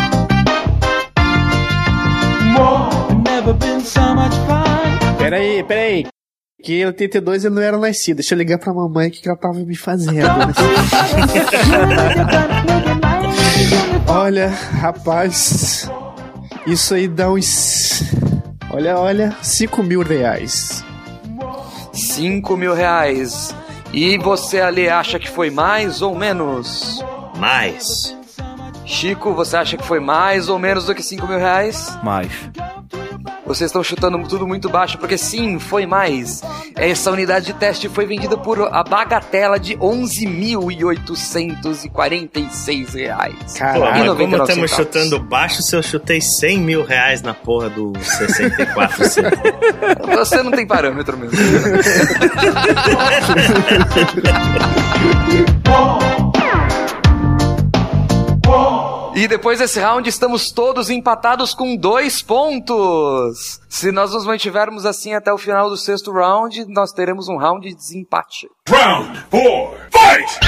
Peraí. Que em 82 ele não era nascido. Deixa eu ligar pra mamãe que ela tava me fazendo. Olha, rapaz, isso aí dá uns... Olha, R$5.000. R$5.000. E você, Ale, acha que foi mais ou menos? Mais. Chico, você acha que foi mais ou menos do que R$5.000? Mais. Vocês estão chutando tudo muito baixo, porque sim, foi mais. Essa unidade de teste foi vendida por a bagatela de R$11.846. Caralho, Pô, como estamos chutando baixo se eu chutei R$100.000 na porra do 64 CD? Você não tem parâmetro mesmo. E depois desse round, estamos todos empatados com 2 pontos. Se nós nos mantivermos assim até o final do 6º round, nós teremos um round de desempate. Round 4, fight!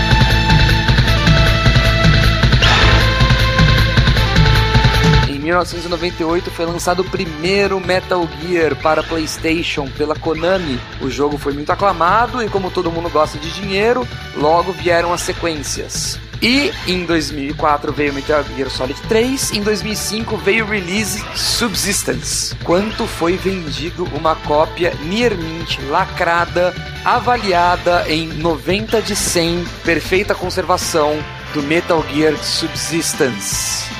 Em 1998 foi lançado o primeiro Metal Gear para PlayStation pela Konami. O jogo foi muito aclamado e, como todo mundo gosta de dinheiro, logo vieram as sequências. E em 2004 veio Metal Gear Solid 3, em 2005 veio o release Subsistence. Quanto foi vendido uma cópia Near Mint lacrada, avaliada em 90 de 100, perfeita conservação do Metal Gear Subsistence?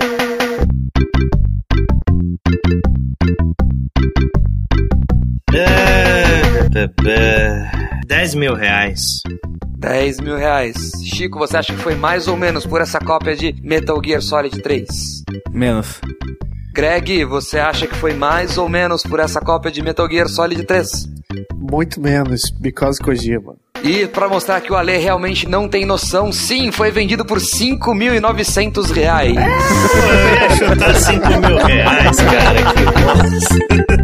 R$10.000. R$10.000. Chico, você acha que foi mais ou menos por essa cópia de Metal Gear Solid 3? Menos. Greg, você acha que foi mais ou menos por essa cópia de Metal Gear Solid 3? Muito menos, because Kojima. E pra mostrar que o Ale realmente não tem noção, sim, foi vendido por R$5.900. Eu ia chutar R$5.000, cara. Que bosta.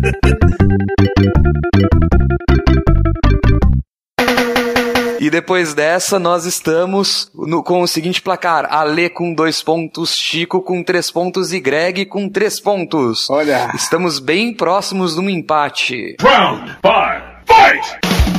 E depois dessa, nós estamos com o seguinte placar. Ale com 2 pontos, Chico com 3 pontos e Greg com 3 pontos. Olha. Estamos bem próximos de um empate. Round 5, fight!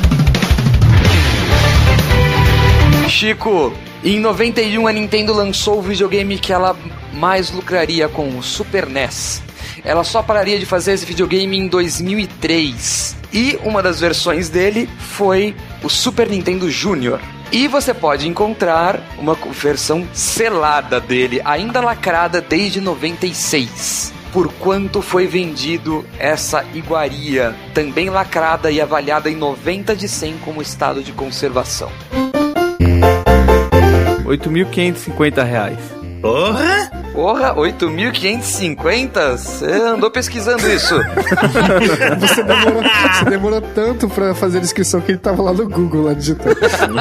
Chico, em 91 a Nintendo lançou o videogame que ela mais lucraria com o Super NES. Ela só pararia de fazer esse videogame em 2003. E uma das versões dele foi o Super Nintendo Junior. E você pode encontrar uma versão selada dele, ainda lacrada desde 96. Por quanto foi vendido essa iguaria, também lacrada e avaliada em 90 de 100 como estado de conservação? R$8.550. Porra! Porra, 8.550? Você andou pesquisando isso. Você demorou tanto pra fazer a descrição que ele tava lá no Google, lá digitando.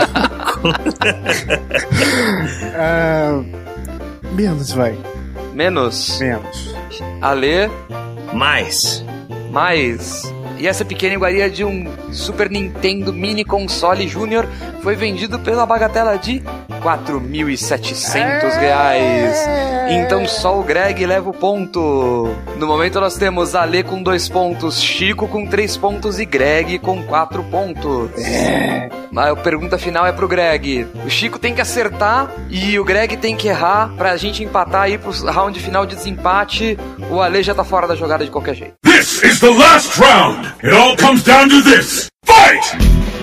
Menos, vai. Menos. Ale, Mais. mais. E essa pequena iguaria de um Super Nintendo Mini Console Junior foi vendido pela bagatela de R$4.700. Então só o Greg leva o ponto. No momento nós temos Ale com 2 pontos, Chico com 3 pontos e Greg com 4 pontos. Mas a pergunta final é pro Greg. O Chico tem que acertar e o Greg tem que errar pra gente empatar aí pro round final de desempate. O Ale já tá fora da jogada de qualquer jeito. This is the last round! It all comes down to this! Fight!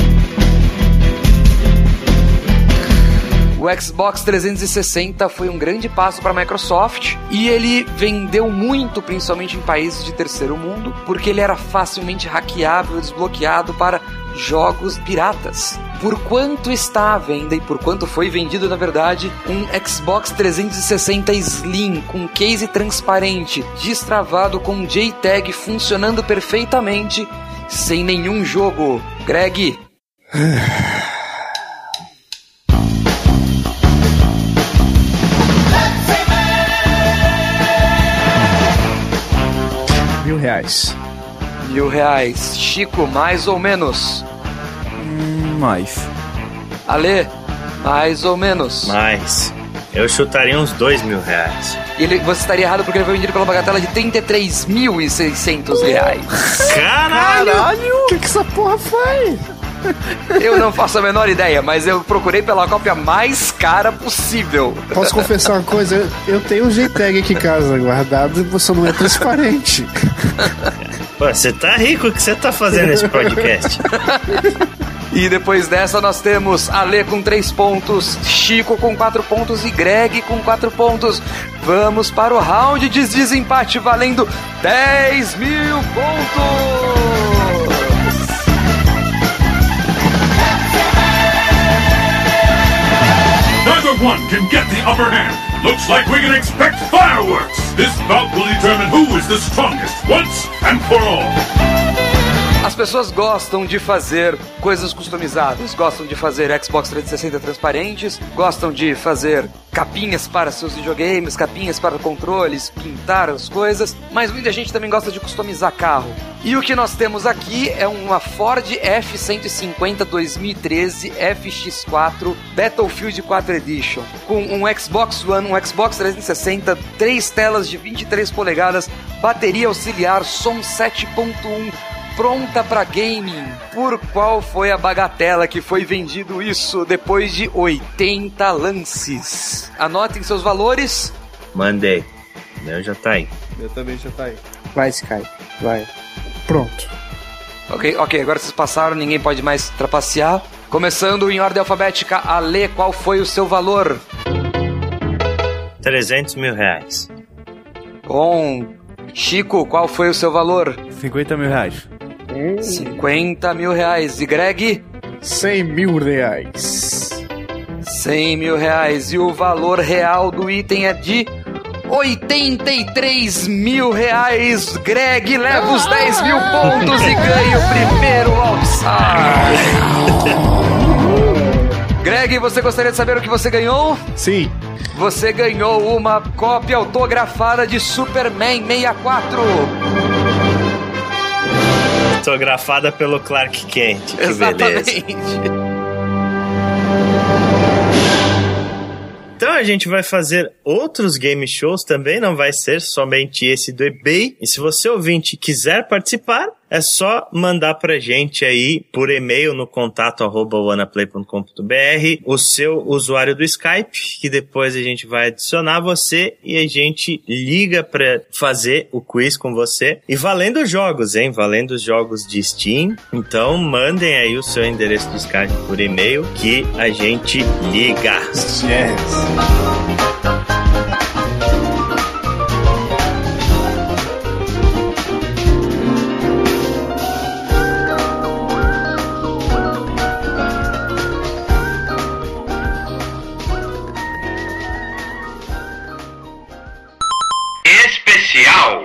O Xbox 360 foi um grande passo para a Microsoft e ele vendeu muito, principalmente em países de terceiro mundo, porque ele era facilmente hackeável e desbloqueado para jogos piratas. Por quanto está à venda e por quanto foi vendido, na verdade, um Xbox 360 Slim com case transparente, destravado com JTAG funcionando perfeitamente, sem nenhum jogo? Greg? R$1.000. Chico, mais ou menos? Mais. Ale, mais ou menos? Mais. Eu chutaria uns R$2.000. Você estaria errado porque ele foi vendido pela bagatela de R$33.600. Caralho! O que essa porra foi? Eu não faço a menor ideia, mas eu procurei pela cópia mais cara possível. Posso confessar uma coisa? Eu tenho um JTAG aqui em casa guardado e você não é transparente. Pô, você tá rico, o que você tá fazendo nesse podcast? E depois dessa nós temos Ale com 3 pontos, Chico com 4 pontos e Greg com 4 pontos. Vamos para o round de desempate valendo 10.000 pontos! Neither one can get the upper hand. Looks like we can expect fireworks. This bout will determine who is the strongest once and for all. As pessoas gostam de fazer coisas customizadas, gostam de fazer Xbox 360 transparentes, gostam de fazer capinhas para seus videogames, capinhas para controles, pintar as coisas, mas muita gente também gosta de customizar carro. E o que nós temos aqui é uma Ford F-150 2013 FX4 Battlefield 4 Edition, com um Xbox One, um Xbox 360, 3 telas de 23 polegadas, bateria auxiliar, som 7.1, pronta para gaming. Por qual foi a bagatela que foi vendido isso depois de 80 lances? Anotem seus valores. Mandei. Meu já tá aí. Eu também já tá aí. Vai, Sky. Vai. Pronto. Ok, agora vocês passaram, ninguém pode mais trapacear. Começando em ordem alfabética, Ale, qual foi o seu valor? R$300.000. Bom. Chico, qual foi o seu valor? R$50.000. R$50.000. E Greg? R$100.000. R$100.000. E o valor real do item é de 83 mil reais. Greg leva os 10 mil pontos e ganha o primeiro outside. Greg, você gostaria de saber o que você ganhou? Sim. Você ganhou uma cópia autografada de Superman 64. Autografada pelo Clark Kent. Que Exatamente. beleza. Então a gente vai fazer outros game shows também, não vai ser somente esse do eBay. E se você ouvinte quiser participar, é só mandar pra gente aí por e-mail no contato@wanaplay.com.br o seu usuário do Skype, que depois a gente vai adicionar você e a gente liga pra fazer o quiz com você. E valendo jogos, hein? Valendo jogos de Steam. Então mandem aí o seu endereço do Skype por e-mail que a gente liga. Yes. Especial.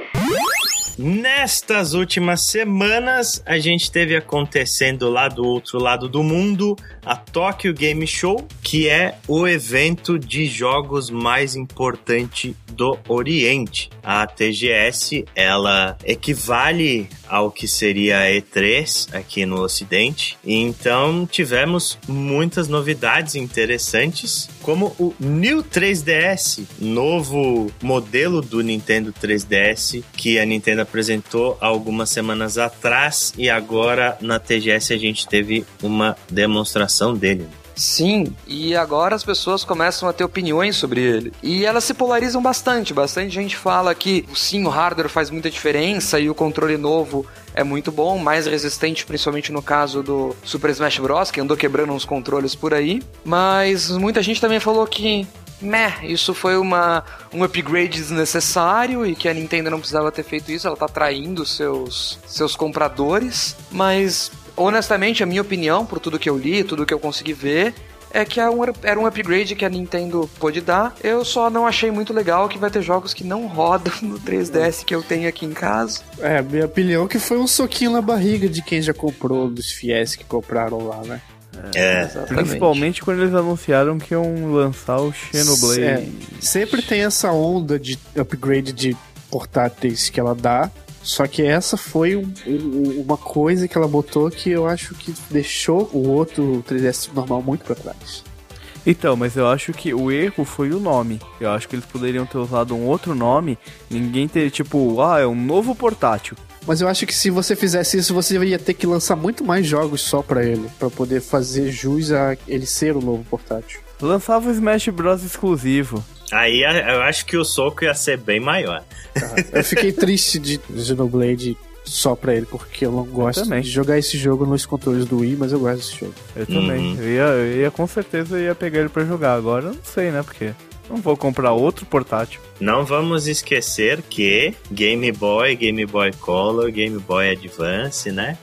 Nestas últimas semanas, a gente teve acontecendo lá do outro lado do mundo a Tokyo Game Show, que é o evento de jogos mais importante do Oriente. A TGS, ela equivale ao que seria a E3 aqui no Ocidente. Então, tivemos muitas novidades interessantes, como o New 3DS, novo modelo do Nintendo 3DS, que a Nintendo apresentou algumas semanas atrás, e agora na TGS a gente teve uma demonstração dele. Sim, e agora as pessoas começam a ter opiniões sobre ele. E elas se polarizam bastante. Bastante gente fala que sim, o hardware faz muita diferença e o controle novo é muito bom, mais resistente, principalmente no caso do Super Smash Bros, que andou quebrando uns controles por aí. Mas muita gente também falou que isso foi um upgrade desnecessário e que a Nintendo não precisava ter feito isso, ela tá traindo seus compradores. Mas honestamente, a minha opinião, por tudo que eu li, tudo que eu consegui ver, é que era um upgrade que a Nintendo pôde dar. Eu só não achei muito legal que vai ter jogos que não rodam no 3DS que eu tenho aqui em casa. Minha opinião é que foi um soquinho na barriga de quem já comprou, dos fiéis que compraram lá, né? Principalmente quando eles anunciaram que iam lançar o Xenoblade. Sempre tem essa onda de upgrade de portáteis que ela dá. Só que essa foi uma coisa que ela botou que eu acho que deixou o outro 3DS normal muito pra trás. Então, mas eu acho que o erro foi o nome. Eu acho que eles poderiam ter usado um outro nome, ninguém teria é um novo portátil. Mas eu acho que se você fizesse isso, você ia ter que lançar muito mais jogos só pra ele, pra poder fazer jus a ele ser o novo portátil. Lançava o Smash Bros exclusivo. Aí eu acho que o soco ia ser bem maior. Eu fiquei triste de Xenoblade só pra ele, porque eu não gosto de jogar esse jogo nos controles do Wii, mas eu gosto desse jogo. Eu também. Eu ia com certeza pegar ele pra jogar. Agora eu não sei, né? Porque não vou comprar outro portátil. Não vamos esquecer que Game Boy, Game Boy Color, Game Boy Advance, né?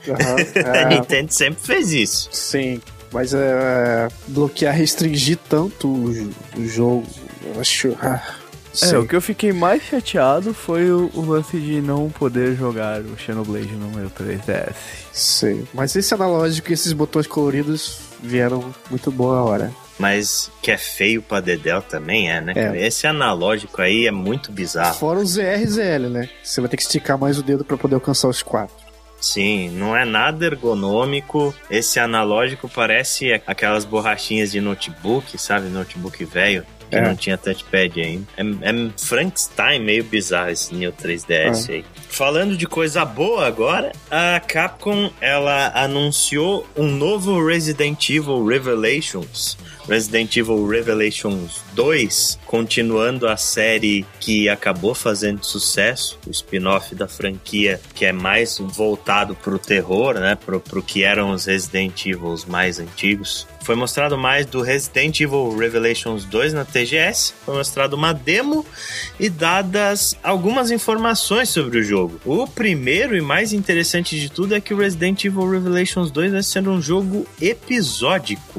A Nintendo sempre fez isso. Sim, mas bloquear, restringir tanto o jogo, eu acho... o que eu fiquei mais chateado foi o lance de não poder jogar o Xenoblade no meu 3DS. Sim, mas esse analógico e esses botões coloridos vieram muito boa hora. Mas que é feio pra dedéu também né? Esse analógico aí é muito bizarro. Fora o ZR e ZL, né? Você vai ter que esticar mais o dedo pra poder alcançar os 4. Sim, não é nada ergonômico. Esse analógico parece aquelas borrachinhas de notebook, sabe? Notebook velho, que não tinha touchpad ainda. É Frankenstein, meio bizarro esse New 3DS aí. Falando de coisa boa agora, a Capcom, ela anunciou um novo Resident Evil Revelations. Resident Evil Revelations 2, continuando a série que acabou fazendo sucesso, o spin-off da franquia, que é mais voltado pro terror, né, pro que eram os Resident Evil mais antigos. Foi mostrado mais do Resident Evil Revelations 2 na TGS, foi mostrado uma demo e dadas algumas informações sobre o jogo. O primeiro e mais interessante de tudo é que o Resident Evil Revelations 2 vai ser um jogo episódico.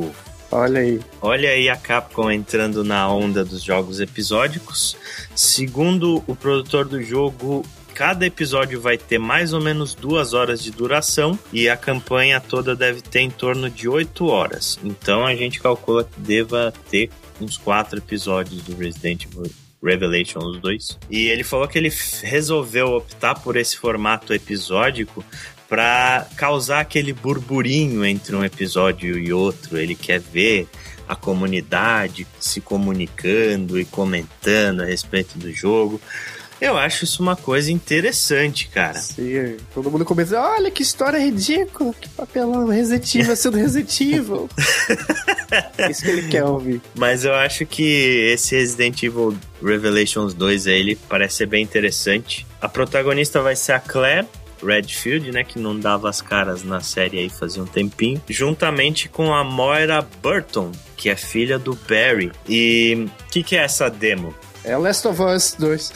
Olha aí. Olha aí a Capcom entrando na onda dos jogos episódicos. Segundo o produtor do jogo, cada episódio vai ter mais ou menos 2 horas de duração e a campanha toda deve ter em torno de 8 horas. Então a gente calcula que deva ter uns 4 episódios do Resident Evil Revelations 2. E ele falou que ele resolveu optar por esse formato episódico para causar aquele burburinho entre um episódio e outro. Ele quer ver a comunidade se comunicando e comentando a respeito do jogo. Eu acho isso uma coisa interessante, cara. Sim, todo mundo começa, olha que história ridícula, que papelão, Resident Evil sendo Resident Evil. Isso que ele quer ouvir. Mas eu acho que esse Resident Evil Revelations 2 aí, ele parece ser bem interessante. A protagonista vai ser a Claire Redfield, né, que não dava as caras na série aí fazia um tempinho, juntamente com a Moira Burton, que é filha do Barry. E o que é essa demo? É Last of Us 2.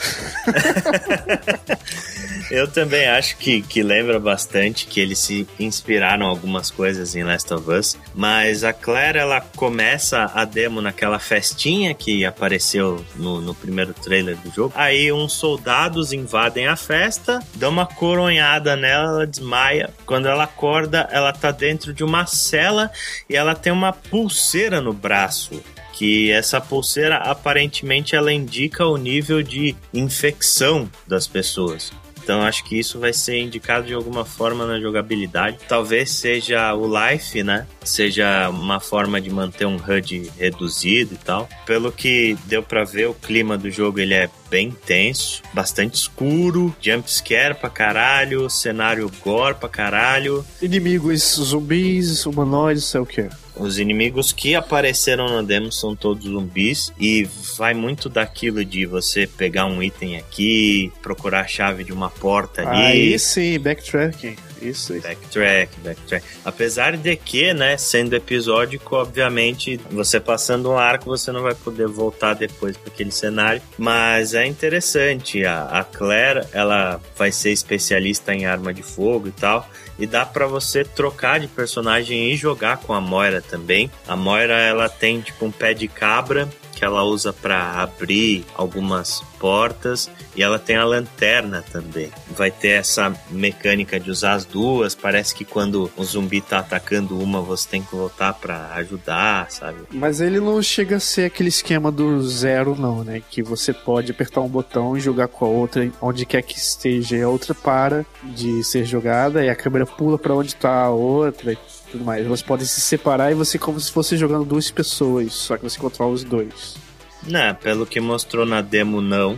Eu também acho que lembra bastante, que eles se inspiraram algumas coisas em Last of Us, mas a Claire, ela começa a demo naquela festinha que apareceu no primeiro trailer do jogo. Aí uns soldados invadem a festa, dão uma coronhada nela, ela desmaia. Quando ela acorda, ela tá dentro de uma cela e ela tem uma pulseira no braço. Que essa pulseira, aparentemente, ela indica o nível de infecção das pessoas. Então acho que isso vai ser indicado de alguma forma na jogabilidade. Talvez seja o life, né? Seja uma forma de manter um HUD reduzido e tal. Pelo que deu pra ver, o clima do jogo ele é bem tenso, bastante escuro, jumpscare pra caralho, cenário gore pra caralho. Inimigos zumbis, humanoides, sei o que. Os inimigos que apareceram na demo são todos zumbis e vai muito daquilo de você pegar um item aqui, procurar a chave de uma porta ali. Aí sim, backtracking. Isso. Backtrack. Apesar de que, né, sendo episódico, obviamente, você passando um arco, você não vai poder voltar depois para aquele cenário. Mas é interessante. A Claire, ela vai ser especialista em arma de fogo e tal. E dá pra você trocar de personagem e jogar com a Moira também. A Moira, ela tem tipo um pé de cabra que ela usa pra abrir algumas portas e ela tem a lanterna também. Vai ter essa mecânica de usar as duas. Parece que quando o zumbi tá atacando uma, você tem que voltar pra ajudar, sabe? Mas ele não chega a ser aquele esquema do zero, não, né? Que você pode apertar um botão e jogar com a outra onde quer que esteja. E a outra para de ser jogada e a câmera pula pra onde tá a outra e tudo mais. Elas podem se separar e você como se fosse jogando 2 pessoas, só que você controla os 2. Não, pelo que mostrou na demo, não.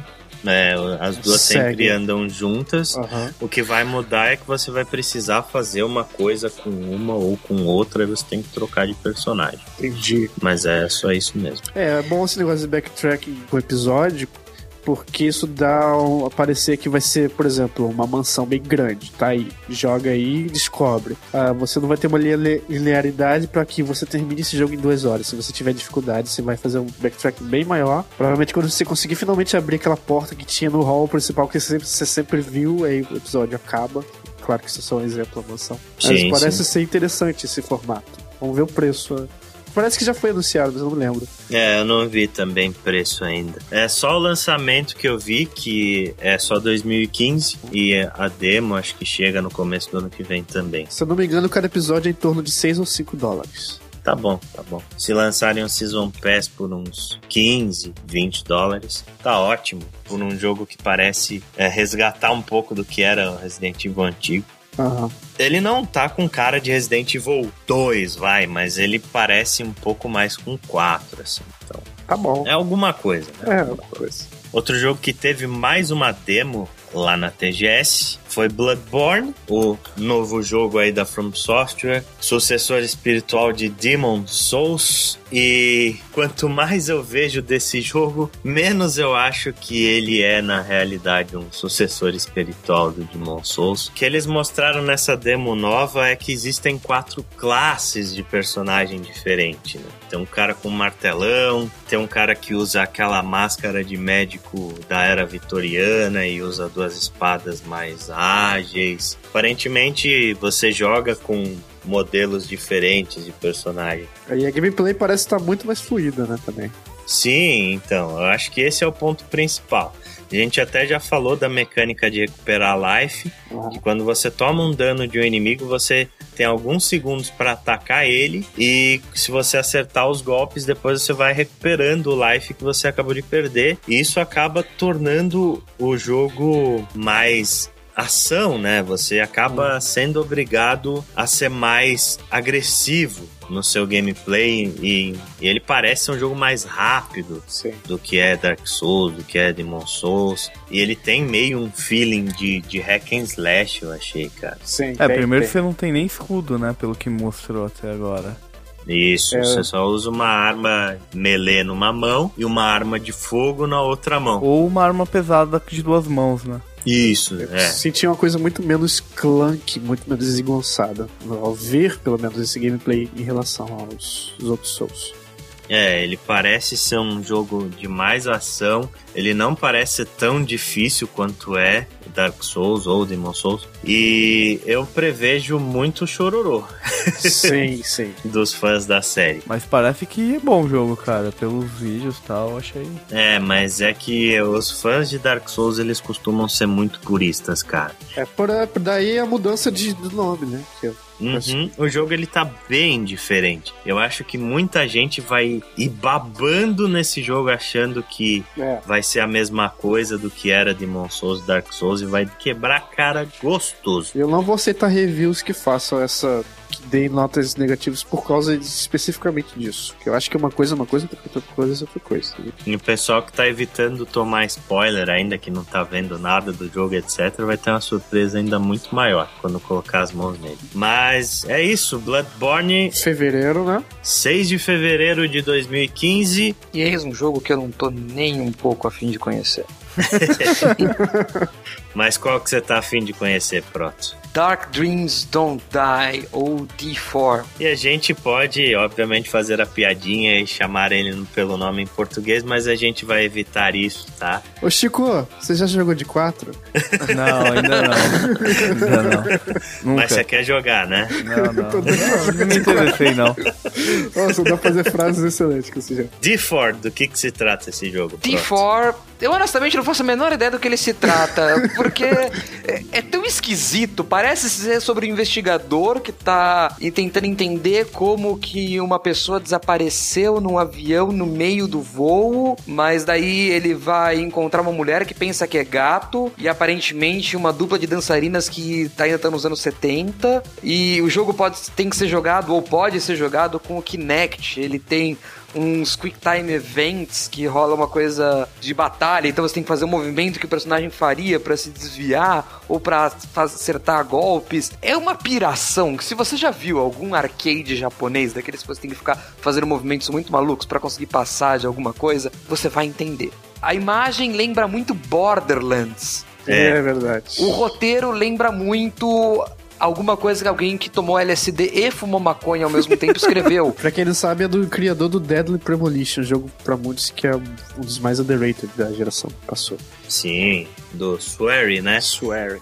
As duas sempre andam juntas. O que vai mudar é que você vai precisar fazer uma coisa com uma ou com outra e você tem que trocar de personagem. Entendi. Mas é só isso mesmo. É bom esse negócio de backtracking pro episódio, porque isso dá a parecer que vai ser, por exemplo, uma mansão bem grande, tá aí, joga aí e descobre. Você não vai ter uma linearidade para que você termine esse jogo em 2 horas. Se você tiver dificuldade, você vai fazer um backtrack bem maior. Provavelmente quando você conseguir finalmente abrir aquela porta que tinha no hall principal que você sempre viu, aí o episódio acaba. Claro que isso é só um exemplo da mansão. Mas parece ser interessante esse formato. Vamos ver o preço. Parece que já foi anunciado, mas eu não lembro. Eu não vi também preço ainda. É só o lançamento que eu vi, que é só 2015, e a demo acho que chega no começo do ano que vem também. Se eu não me engano, cada episódio é em torno de $6 ou $5. Tá bom. Se lançarem o Season Pass por uns $15, $20, tá ótimo. Por um jogo que parece resgatar um pouco do que era o Resident Evil antigo. Ele não tá com cara de Resident Evil 2, mas ele parece um pouco mais com 4, assim. Então, tá bom. É alguma coisa, né? É alguma coisa. Outro jogo que teve mais uma demo lá na TGS foi Bloodborne, o novo jogo aí da From Software, sucessor espiritual de Demon's Souls. E quanto mais eu vejo desse jogo, menos eu acho que ele é na realidade um sucessor espiritual do Demon's Souls. O que eles mostraram nessa demo nova é que existem 4 classes de personagem diferente, né? Tem um cara com um martelão, tem um cara que usa aquela máscara de médico da era vitoriana e usa 2 espadas mais ágeis. Aparentemente você joga com modelos diferentes de personagem. Aí a gameplay parece estar muito mais fluida, né, também. Sim, então, eu acho que esse é o ponto principal. A gente até já falou da mecânica de recuperar life, que quando você toma um dano de um inimigo, você tem alguns segundos para atacar ele, e se você acertar os golpes, depois você vai recuperando o life que você acabou de perder, e isso acaba tornando o jogo mais ação, né? Você acaba sendo obrigado a ser mais agressivo no seu gameplay, e ele parece ser um jogo mais rápido do que é Dark Souls, do que é Demon Souls, e ele tem meio um feeling de hack and slash, eu achei, cara. Sim, primeiro você não tem nem escudo, né, pelo que mostrou até agora. Isso, você só usa uma arma melee numa mão e uma arma de fogo na outra mão. Ou uma arma pesada de 2 mãos, né? Isso, Senti uma coisa muito menos clunk, muito menos desengonçada, ao ver, pelo menos, esse gameplay em relação aos outros Souls. Ele parece ser um jogo de mais ação, ele não parece ser tão difícil quanto é Dark Souls ou Demon Souls, e eu prevejo muito chororô. Sim. Dos fãs da série. Mas parece que é bom o jogo, cara, pelos vídeos e tal, achei. Mas é que os fãs de Dark Souls, eles costumam ser muito puristas, cara. Por daí a mudança do nome, né? O jogo, ele tá bem diferente. Eu acho que muita gente vai ir babando nesse jogo, achando que vai ser a mesma coisa do que era Demon Souls, Dark Souls, e vai quebrar a cara gostoso. Eu não vou aceitar reviews que façam que deem notas negativas por causa especificamente disso. Que eu acho que uma coisa, outra coisa. E o pessoal que tá evitando tomar spoiler, ainda que não tá vendo nada do jogo, etc., vai ter uma surpresa ainda muito maior quando colocar as mãos nele. Mas é isso, Bloodborne... Fevereiro, né? 6 de fevereiro de 2015. E eis um jogo que eu não tô nem um pouco a fim de conhecer. Mas qual que você tá a fim de conhecer, Proto? Dark Dreams Don't Die, ou D4. E a gente pode, obviamente, fazer a piadinha e chamar ele pelo nome em português, mas a gente vai evitar isso, tá? Ô Chico, você já jogou de 4? Não, ainda não. Nunca. Mas você quer jogar, né? Não me interessei, não. Nossa, dá pra fazer frases excelentes com esse jogo. D4, do que se trata esse jogo? D4, eu honestamente não faço a menor ideia do que ele se trata, porque é tão esquisito, parece ser sobre um investigador que tá tentando entender como que uma pessoa desapareceu num avião no meio do voo, mas daí ele vai encontrar uma mulher que pensa que é gato, e aparentemente uma dupla de dançarinas que ainda tá nos anos 70, e o jogo tem que ser jogado, ou pode ser jogado com o Kinect. Ele tem uns Quick Time Events que rola uma coisa de batalha, então você tem que fazer um movimento que o personagem faria pra se desviar ou pra acertar golpes. É uma piração que, se você já viu algum arcade japonês, daqueles que você tem que ficar fazendo movimentos muito malucos pra conseguir passar de alguma coisa, você vai entender. A imagem lembra muito Borderlands. É verdade. O roteiro lembra muito alguma coisa que alguém que tomou LSD e fumou maconha ao mesmo tempo escreveu. Pra quem não sabe, é do criador do Deadly Premonition, um jogo pra muitos que é um dos mais underrated da geração que passou. Sim, do Swery, né? Swery.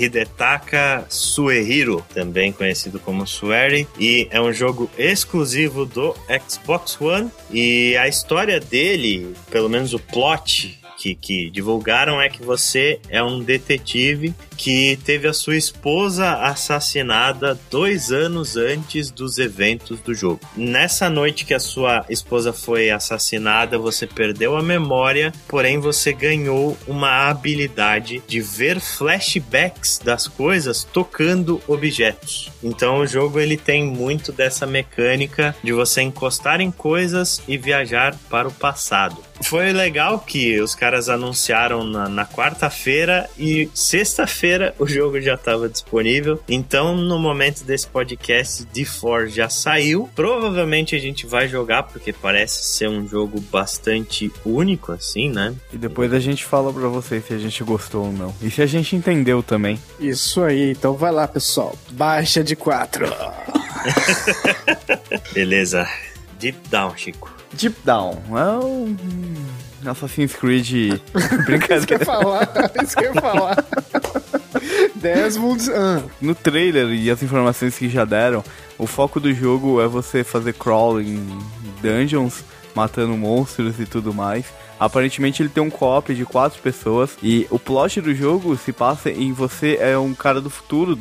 Hidetaka Suehiro, também conhecido como Swery, e é um jogo exclusivo do Xbox One, e a história dele, pelo menos o plot que divulgaram, é que você é um detetive que teve a sua esposa assassinada 2 anos antes dos eventos do jogo. Nessa noite que a sua esposa foi assassinada, você perdeu a memória, porém você ganhou uma habilidade de ver flashbacks das coisas tocando objetos. Então o jogo, ele tem muito dessa mecânica de você encostar em coisas e viajar para o passado. Foi legal que os caras anunciaram na quarta-feira, e sexta-feira o jogo já estava disponível. Então, no momento desse podcast, D4 já saiu. Provavelmente a gente vai jogar, porque parece ser um jogo bastante único, assim, né? E depois a gente fala pra vocês se a gente gostou ou não. E se a gente entendeu também. Isso aí, então vai lá, pessoal. Baixa de 4. Beleza. Deep Down, Chico. Deep Down é um Assassin's Creed brincadeira. Isso que eu ia falar. Desmond. No trailer e as informações que já deram, o foco do jogo é você fazer crawl em dungeons, matando monstros e tudo mais. Aparentemente ele tem um co-op de 4 pessoas e o plot do jogo se passa em você é um cara do futuro,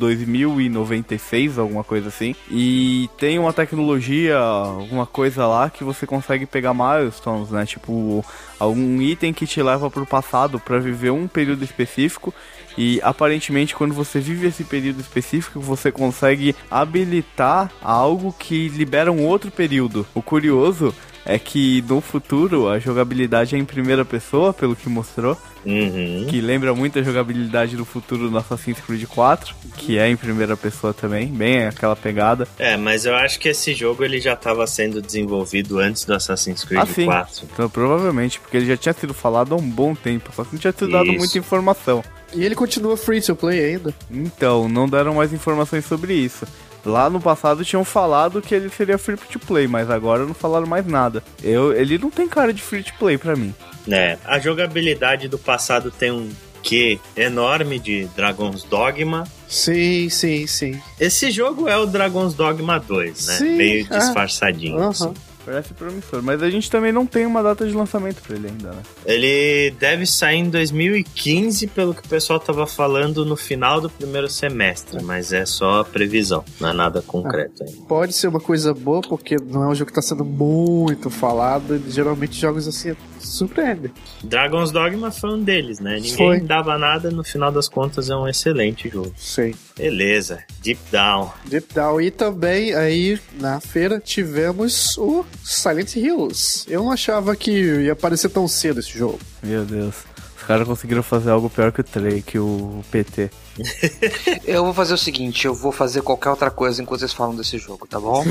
2096, alguma coisa assim, e tem uma tecnologia, alguma coisa lá que você consegue pegar milestones, né, tipo algum item que te leva pro passado pra viver um período específico. E aparentemente quando você vive esse período específico, você consegue habilitar algo que libera um outro período. O curioso é que no futuro a jogabilidade é em primeira pessoa, pelo que mostrou. Que lembra muito a jogabilidade do futuro do Assassin's Creed 4, que é em primeira pessoa também, bem aquela pegada. Mas eu acho que esse jogo ele já estava sendo desenvolvido antes do Assassin's Creed 4. Então, provavelmente, porque ele já tinha sido falado há um bom tempo, só que não tinha sido dado muita informação. E ele continua free to play ainda? Então, não deram mais informações sobre isso. Lá no passado tinham falado que ele seria free to play, mas agora não falaram mais nada. Ele não tem cara de free to play pra mim. A jogabilidade do passado tem um quê enorme de Dragon's Dogma. Sim. Esse jogo é o Dragon's Dogma 2, né? Sim, meio disfarçadinho. Assim. Parece promissor, mas a gente também não tem uma data de lançamento pra ele ainda, né? Ele deve sair em 2015, pelo que o pessoal tava falando, no final do primeiro semestre, mas é só previsão, não é nada concreto ainda. Pode ser uma coisa boa, porque não é um jogo que tá sendo muito falado, geralmente jogos assim surpreendem. Dragon's Dogma foi um deles, né? Ninguém dava nada, no final das contas é um excelente jogo. Sim. Beleza, Deep Down. E também aí na feira tivemos o Silent Hills. Eu não achava que ia aparecer tão cedo esse jogo. Meu Deus. Os caras conseguiram fazer algo pior que o Trey, que o PT. Eu vou fazer o seguinte, eu vou fazer qualquer outra coisa enquanto vocês falam desse jogo, tá bom?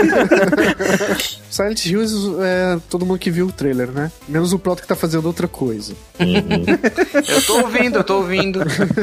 Silent Hills é todo mundo que viu o trailer, né? Menos o Proto que tá fazendo outra coisa. Eu tô ouvindo.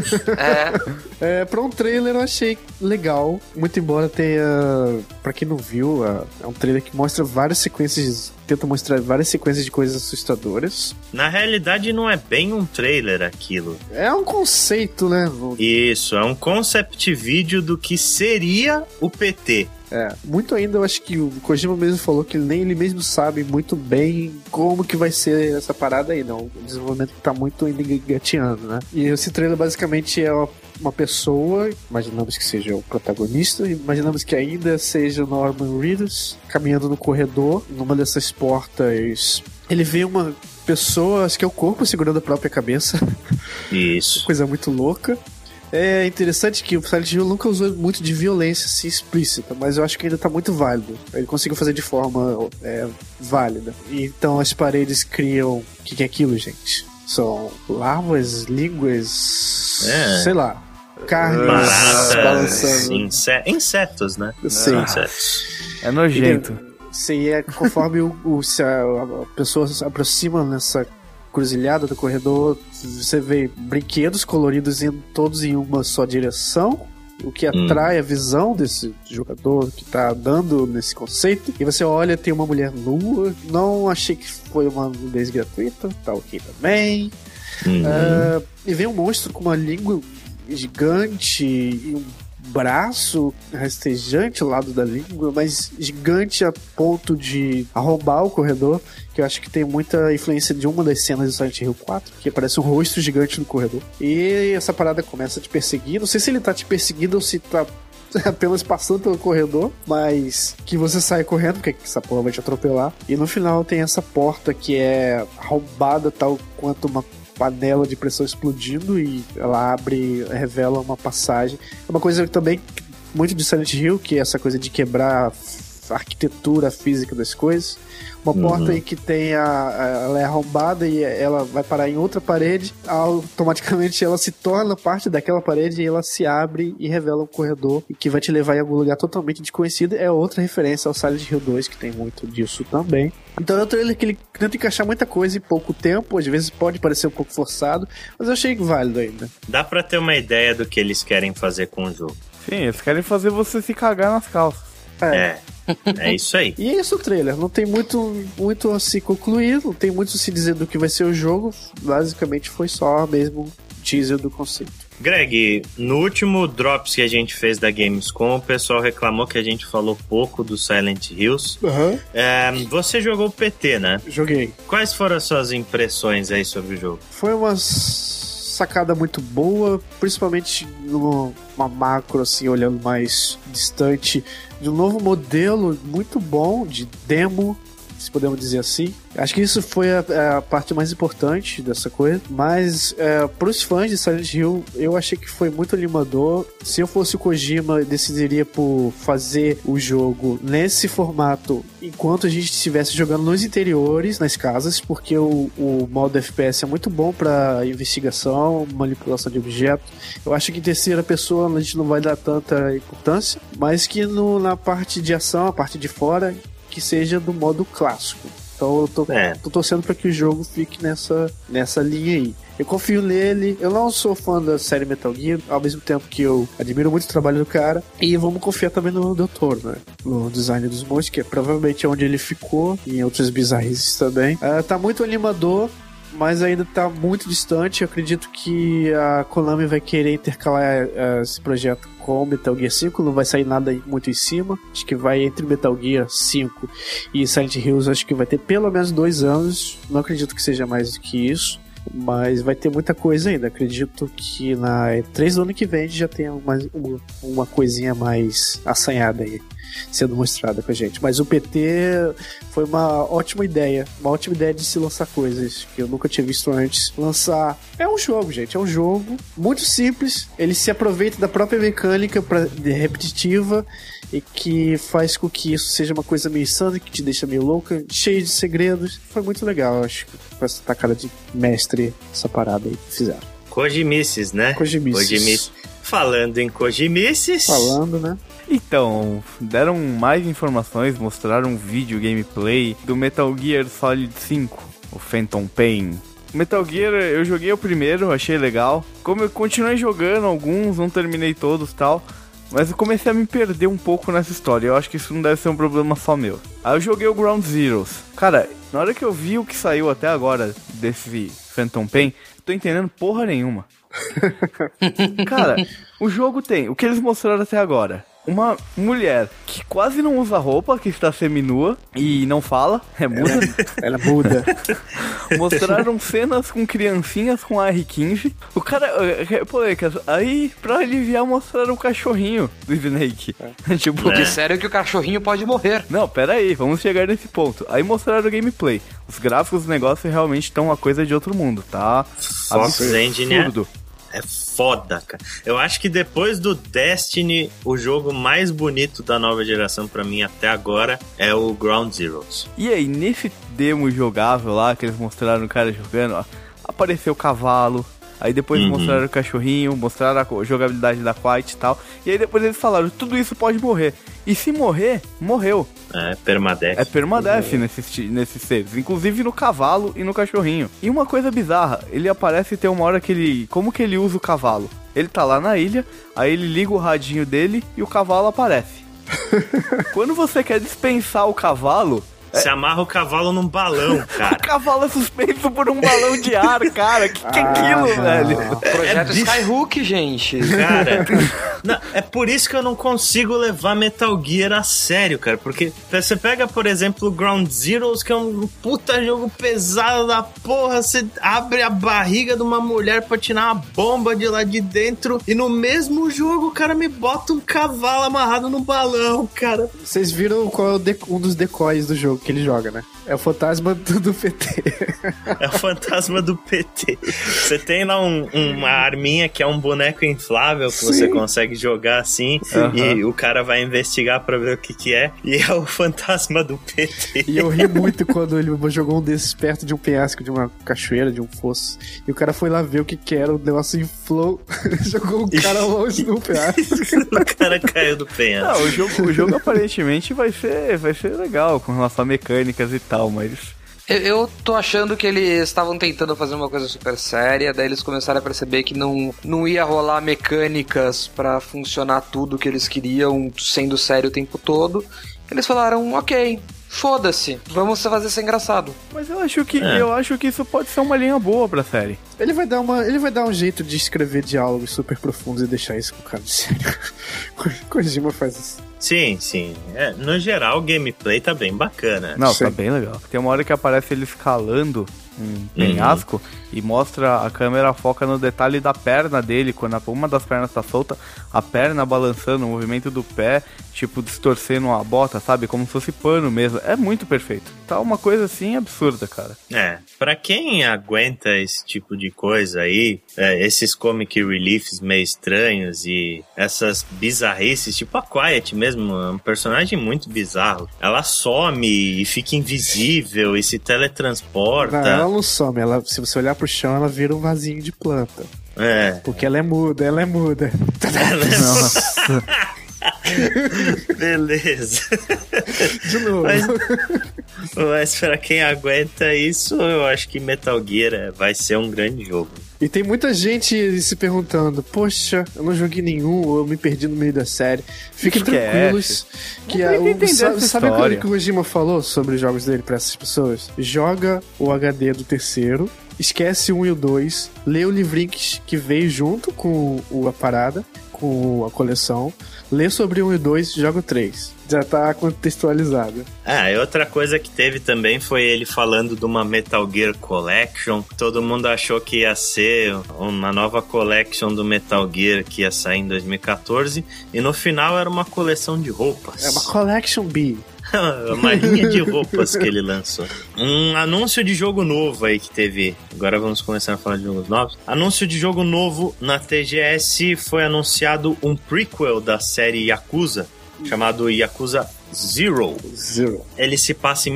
Pra um trailer eu achei legal, muito embora tenha... Pra quem não viu, é um trailer que mostra várias sequências, tenta mostrar várias sequências de coisas assustadoras. Na realidade não é bem um trailer aquilo. É um conceito, né? Isso, é um concept vídeo do que seria o PT. Muito ainda eu acho que o Kojima mesmo falou que nem ele mesmo sabe muito bem como que vai ser essa parada aí, não. O desenvolvimento que tá muito ainda engateando, né? E esse trailer basicamente é uma pessoa, imaginamos que seja o protagonista, imaginamos que ainda seja o Norman Reedus, caminhando no corredor, numa dessas portas. Ele vê uma pessoa, acho que é o corpo segurando a própria cabeça. Isso. Coisa muito louca. É interessante que o Silent Hill nunca usou muito de violência assim, explícita, mas eu acho que ainda tá muito válido. Ele conseguiu fazer de forma válida. Então as paredes criam... O que é aquilo, gente? São larvas, línguas... Sei lá. Carnes balançando. Insetos, né? Sim. Insetos. É nojento. Sim, conforme se a pessoa se aproxima nessa cruzilhada do corredor, você vê brinquedos coloridos indo todos em uma só direção, o que atrai a visão desse jogador que tá andando nesse conceito. E você olha, tem uma mulher nua. Não achei que foi uma nudez gratuita, tá ok também. E vem um monstro com uma língua gigante e um braço rastejante ao lado da língua, mas gigante a ponto de arrombar o corredor, que eu acho que tem muita influência de uma das cenas de Silent Hill 4, que aparece um rosto gigante no corredor. E essa parada começa a te perseguir. Não sei se ele tá te perseguindo ou se tá apenas passando pelo corredor, mas que você sai correndo, porque essa porra vai te atropelar. E no final tem essa porta que é arrombada tal quanto uma panela de pressão explodindo, e ela abre, revela uma passagem. É uma coisa também muito de Silent Hill, que é essa coisa de quebrar a arquitetura física das coisas. Uma porta aí que tem ela é arrombada e ela vai parar em outra parede, automaticamente ela se torna parte daquela parede e ela se abre e revela um corredor e que vai te levar em algum lugar totalmente desconhecido. É outra referência ao Silent Hill 2, que tem muito disso também. Então é um trailer que ele tenta encaixar muita coisa em pouco tempo, às vezes pode parecer um pouco forçado, mas eu achei válido ainda. Dá pra ter uma ideia do que eles querem fazer com o jogo. Sim, eles querem fazer você se cagar nas calças. É isso aí. E é isso o trailer, não tem muito a se concluir, não tem muito a se dizer do que vai ser o jogo, basicamente foi só mesmo teaser do conceito. Greg, no último Drops que a gente fez da Gamescom, o pessoal reclamou que a gente falou pouco do Silent Hills. Você jogou o PT, né? Joguei. Quais foram as suas impressões aí sobre o jogo? Foi uma sacada muito boa, principalmente numa macro, assim, olhando mais distante, de um novo modelo muito bom de demo, se podemos dizer assim. Acho que isso foi a parte mais importante dessa coisa, mas para os fãs de Silent Hill, eu achei que foi muito animador. Se eu fosse o Kojima, eu decidiria por fazer o jogo nesse formato enquanto a gente estivesse jogando nos interiores, nas casas, porque o modo FPS é muito bom para investigação, manipulação de objetos. Eu acho que em terceira pessoa a gente não vai dar tanta importância, mas que na parte de ação, a parte de fora, que seja do modo clássico. Então eu tô torcendo para que o jogo fique nessa linha aí. Eu confio nele, eu não sou fã da série Metal Gear, ao mesmo tempo que eu admiro muito o trabalho do cara. E vamos confiar também no Dr., né? No design dos monstros, que é provavelmente onde ele ficou, e em outras bizarrices também. Tá muito animador, mas ainda tá muito distante. Eu acredito que a Konami vai querer intercalar esse projeto com Metal Gear 5, não vai sair nada muito em cima. Acho que vai entre Metal Gear 5 e Silent Hills, acho que vai ter pelo menos 2 anos. Não acredito que seja mais do que isso, mas vai ter muita coisa ainda. Acredito que na E3 do ano que vem já tenha uma coisinha mais assanhada aí sendo mostrada pra gente. Mas o PT foi uma ótima ideia de se lançar coisas que eu nunca tinha visto antes. Lançar é um jogo, gente, é um jogo muito simples, ele se aproveita da própria mecânica repetitiva e que faz com que isso seja uma coisa meio insana, que te deixa meio louca, cheio de segredos. Foi muito legal, acho que com essa tacada de mestre, essa parada aí que fizeram. Kojimices, né? Kojimices. Falando em Kojimices... Falando, né? Então, deram mais informações, mostraram um vídeo gameplay do Metal Gear Solid 5, o Phantom Pain. Metal Gear, eu joguei o primeiro, achei legal. Como eu continuei jogando alguns, não terminei todos e tal, mas eu comecei a me perder um pouco nessa história. Eu acho que isso não deve ser um problema só meu. Aí eu joguei o Ground Zeroes. Cara, na hora que eu vi o que saiu até agora desse Phantom Pain, tô entendendo porra nenhuma. Cara, o jogo tem o que eles mostraram até agora: uma mulher que quase não usa roupa, que está seminua e não fala, é muda. Ela muda. Mostraram cenas com criancinhas com AR-15. O cara, aí pra aliviar mostraram o cachorrinho do Snake. Tipo, porque sério que o cachorrinho pode morrer. Não, pera aí, vamos chegar nesse ponto. Aí mostraram o gameplay. Os gráficos do negócio realmente estão uma coisa de outro mundo, tá? Fox Engine absurdo. É foda, cara. Eu acho que depois do Destiny, o jogo mais bonito da nova geração pra mim até agora é o Ground Zeroes. E aí, nesse demo jogável lá, que eles mostraram o cara jogando, ó, apareceu o cavalo, aí depois mostraram o cachorrinho, mostraram a jogabilidade da Quiet e tal, e aí depois eles falaram, tudo isso pode morrer. E se morrer, morreu. É permadeath. É permadeath nesses seres, inclusive no cavalo e no cachorrinho. E uma coisa bizarra, ele aparece e tem uma hora que ele... Como que ele usa o cavalo? Ele tá lá na ilha, aí ele liga o radinho dele e o cavalo aparece. Quando você quer dispensar o cavalo... Você amarra o cavalo num balão, cara. O cavalo é suspenso por um balão de ar, cara. Que é aquilo, velho? Projeto Skyhook, gente. Cara, não, é por isso que eu não consigo levar Metal Gear a sério, cara. Porque você pega, por exemplo, o Ground Zeroes, que é um puta jogo pesado da porra. Você abre a barriga de uma mulher pra tirar uma bomba de lá de dentro. E no mesmo jogo, o cara me bota um cavalo amarrado no balão, cara. Vocês viram qual é um dos decoys do jogo que ele joga, né? É o fantasma do PT. É o fantasma do PT. Você tem lá uma arminha que é um boneco inflável que você consegue jogar assim e o cara vai investigar pra ver o que é, e é o fantasma do PT. E eu ri muito quando ele jogou um desses perto de um penhasco, de uma cachoeira, de um fosso, e o cara foi lá ver o que era, o negócio inflou, jogou o cara longe do penhasco. O cara caiu do penhasco. Não, o jogo aparentemente vai ser legal com relação a mecânicas e tal, mas... Eu tô achando que eles estavam tentando fazer uma coisa super séria, daí eles começaram a perceber que não ia rolar mecânicas pra funcionar tudo que eles queriam, sendo sério o tempo todo. Eles falaram, ok, foda-se, vamos fazer isso engraçado. Mas eu acho que isso pode ser uma linha boa pra série. Ele vai dar um jeito de escrever diálogos super profundos e deixar isso com o cara de sério. Kojima faz isso. Sim. No geral, o gameplay tá bem bacana. Não, tá bem legal. Tem uma hora que aparece ele escalando um penhasco e mostra, a câmera foca no detalhe da perna dele, quando uma das pernas tá solta, a perna balançando, o movimento do pé, tipo, distorcendo a bota, sabe? Como se fosse pano mesmo. É muito perfeito. Tá uma coisa assim absurda, cara. Pra quem aguenta esse tipo de coisa aí, esses comic reliefs meio estranhos e essas bizarrices, tipo a Quiet mesmo, é um personagem muito bizarro. Ela some e fica invisível e se teletransporta. Não, ela não some, se você olhar pro chão, ela vira um vasinho de planta. Porque ela é muda. Nossa. Beleza. De novo. Mas pra quem aguenta isso, eu acho que Metal Gear vai ser um grande jogo. E tem muita gente se perguntando, poxa, eu não joguei nenhum, ou eu me perdi no meio da série. Fiquem tranquilos que sabe o que o Kojima falou sobre os jogos dele pra essas pessoas? Joga o HD do terceiro, esquece o 1 e o 2, lê o livrinho que veio junto com a parada, com a coleção, lê sobre o 1 e o 2, joga o 3. Já tá contextualizado. E outra coisa que teve também foi ele falando de uma Metal Gear Collection. Todo mundo achou que ia ser uma nova collection do Metal Gear que ia sair em 2014, e no final era uma coleção de roupas. É uma Collection B. Uma linha de roupas que ele lançou. Um anúncio de jogo novo aí que teve. Agora vamos começar a falar de jogos novos. Anúncio de jogo novo na TGS. Foi anunciado um prequel da série Yakuza, chamado Yakuza Zero. Ele se passa em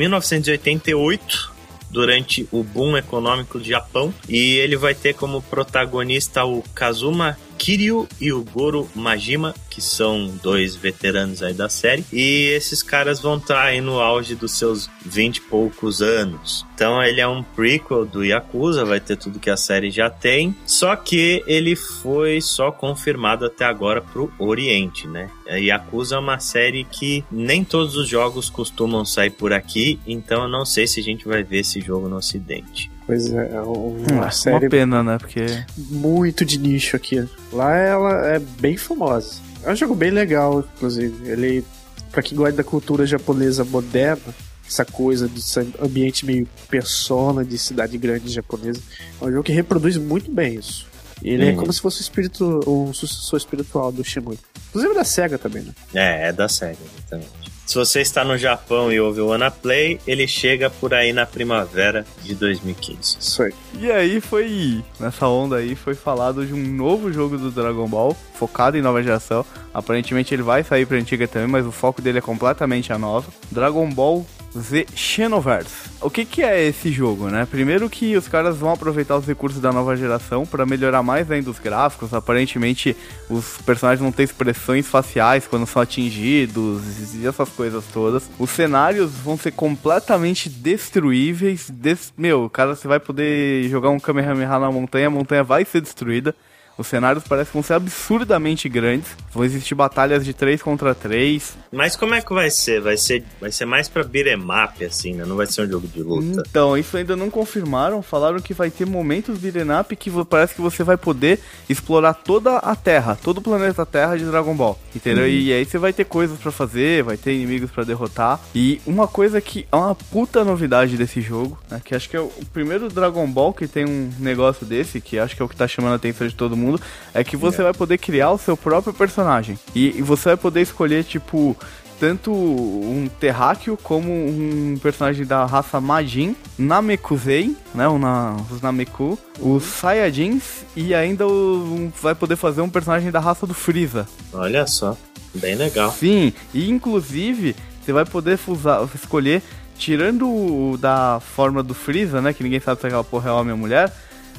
1988, durante o boom econômico do Japão, e ele vai ter como protagonista o Kazuma Kiryu e o Goro Majima, que são dois veteranos aí da série, e esses caras vão estar aí no auge dos seus 20 e poucos anos. Então ele é um prequel do Yakuza, vai ter tudo que a série já tem, só que ele foi só confirmado até agora pro Oriente, né? A Yakuza é uma série que nem todos os jogos costumam sair por aqui, então eu não sei se a gente vai ver esse jogo no Ocidente. Pois é uma série... Uma pena, né? Porque... muito de nicho aqui. Lá ela é bem famosa. É um jogo bem legal, inclusive. Ele, pra quem gosta da cultura japonesa moderna, essa coisa desse ambiente meio Persona de cidade grande japonesa, é um jogo que reproduz muito bem isso. Ele é como se fosse um sucessor espiritual do Shenmue. Inclusive da SEGA também, né? É da SEGA, exatamente. Se você está no Japão e ouve o Wanna Play, ele chega por aí na primavera de 2015. Isso aí. E aí nessa onda aí, foi falado de um novo jogo do Dragon Ball, focado em nova geração. Aparentemente ele vai sair pra antiga também, mas o foco dele é completamente a nova. Dragon Ball Z Xenoverse. O que é esse jogo, né? Primeiro que os caras vão aproveitar os recursos da nova geração para melhorar mais ainda os gráficos. Aparentemente os personagens vão ter expressões faciais quando são atingidos e essas coisas todas. Os cenários vão ser completamente destruíveis. Cara, você vai poder jogar um Kamehameha na montanha, a montanha vai ser destruída. Os cenários parecem que vão ser absurdamente grandes. Vão existir batalhas de 3 contra 3. Mas como é que vai ser? Vai ser mais pra beat'em up, assim, né? Não vai ser um jogo de luta. Então, isso ainda não confirmaram. Falaram que vai ter momentos beat'em up que parece que você vai poder explorar toda a Terra, todo o planeta Terra de Dragon Ball, entendeu? E aí você vai ter coisas pra fazer, vai ter inimigos pra derrotar. E uma coisa que é uma puta novidade desse jogo, né? Que acho que é o primeiro Dragon Ball que tem um negócio desse, que acho que é o que tá chamando a atenção de todo mundo, é que você vai poder criar o seu próprio personagem. E você vai poder escolher, tipo, tanto um terráqueo como um personagem da raça Majin, Namekusei, né, os Nameku, os Saiyajins, e ainda vai poder fazer um personagem da raça do Freeza. Olha só, bem legal. Sim, e inclusive você vai poder escolher, tirando da forma do Freeza, né, que ninguém sabe se aquela porra é homem ou mulher,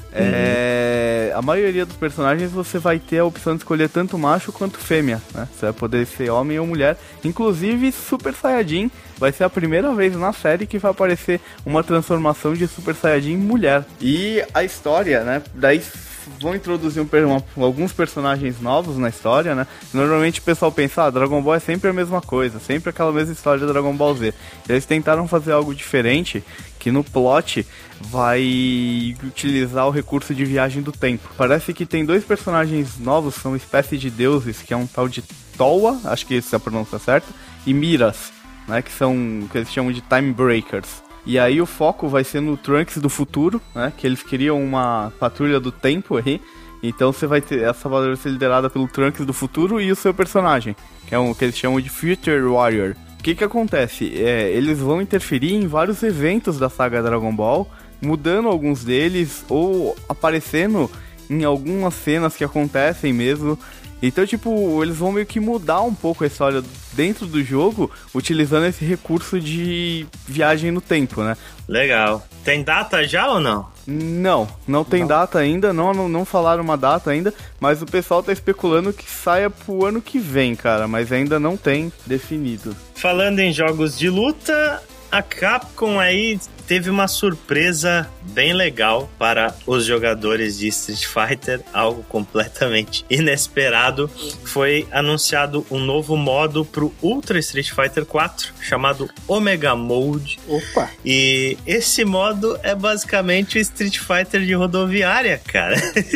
a maioria dos personagens você vai ter a opção de escolher tanto macho quanto fêmea, né? Você vai poder ser homem ou mulher. Inclusive Super Saiyajin vai ser a primeira vez na série que vai aparecer uma transformação de Super Saiyajin em mulher. E a história, né? Daí vão introduzir alguns personagens novos na história, né? Normalmente o pessoal pensa, Dragon Ball é sempre a mesma coisa, sempre aquela mesma história do Dragon Ball Z. Eles tentaram fazer algo diferente, que no plot vai utilizar o recurso de viagem do tempo. Parece que tem 2 personagens novos, são espécie de deuses, que é um tal de Towa, acho que essa é a pronúncia certa, e Miras, né, que eles chamam de Time Breakers. E aí o foco vai ser no Trunks do futuro, né, que eles queriam uma patrulha do tempo aí. Então você vai ter essa vai ser liderada pelo Trunks do futuro e o seu personagem, que é o que eles chamam de Future Warrior. O que acontece? Eles vão interferir em vários eventos da saga Dragon Ball, mudando alguns deles ou aparecendo em algumas cenas que acontecem mesmo. Então, tipo, eles vão meio que mudar um pouco a história dentro do jogo, utilizando esse recurso de viagem no tempo, né? Legal. Tem data já ou não? Não tem data ainda, não falaram uma data ainda, mas o pessoal tá especulando que saia pro ano que vem, cara, mas ainda não tem definido. Falando em jogos de luta, a Capcom aí teve uma surpresa bem legal para os jogadores de Street Fighter, algo completamente inesperado. Foi anunciado um novo modo pro Ultra Street Fighter 4, chamado Omega Mode. Opa! E esse modo é basicamente o Street Fighter de rodoviária, cara.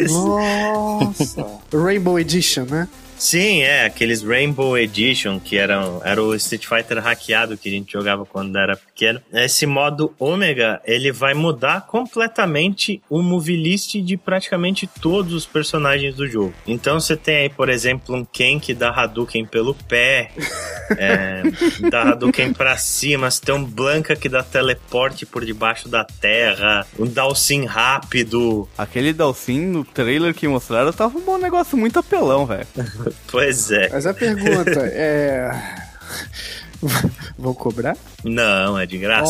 Nossa! Rainbow Edition, né? Sim, aqueles Rainbow Edition, que era o Street Fighter hackeado que a gente jogava quando era pequeno. Esse modo Omega, ele vai mudar completamente o move list de praticamente todos os personagens do jogo. Então você tem aí, por exemplo, um Ken que dá Hadouken pelo pé, dá Hadouken pra cima, você tem um Blanka que dá teleporte por debaixo da terra, um Dalsin rápido. Aquele Dalsin no trailer que mostraram tava um negócio muito apelão, velho. Pois é. Mas a pergunta é... Vão cobrar? Não, é de graça.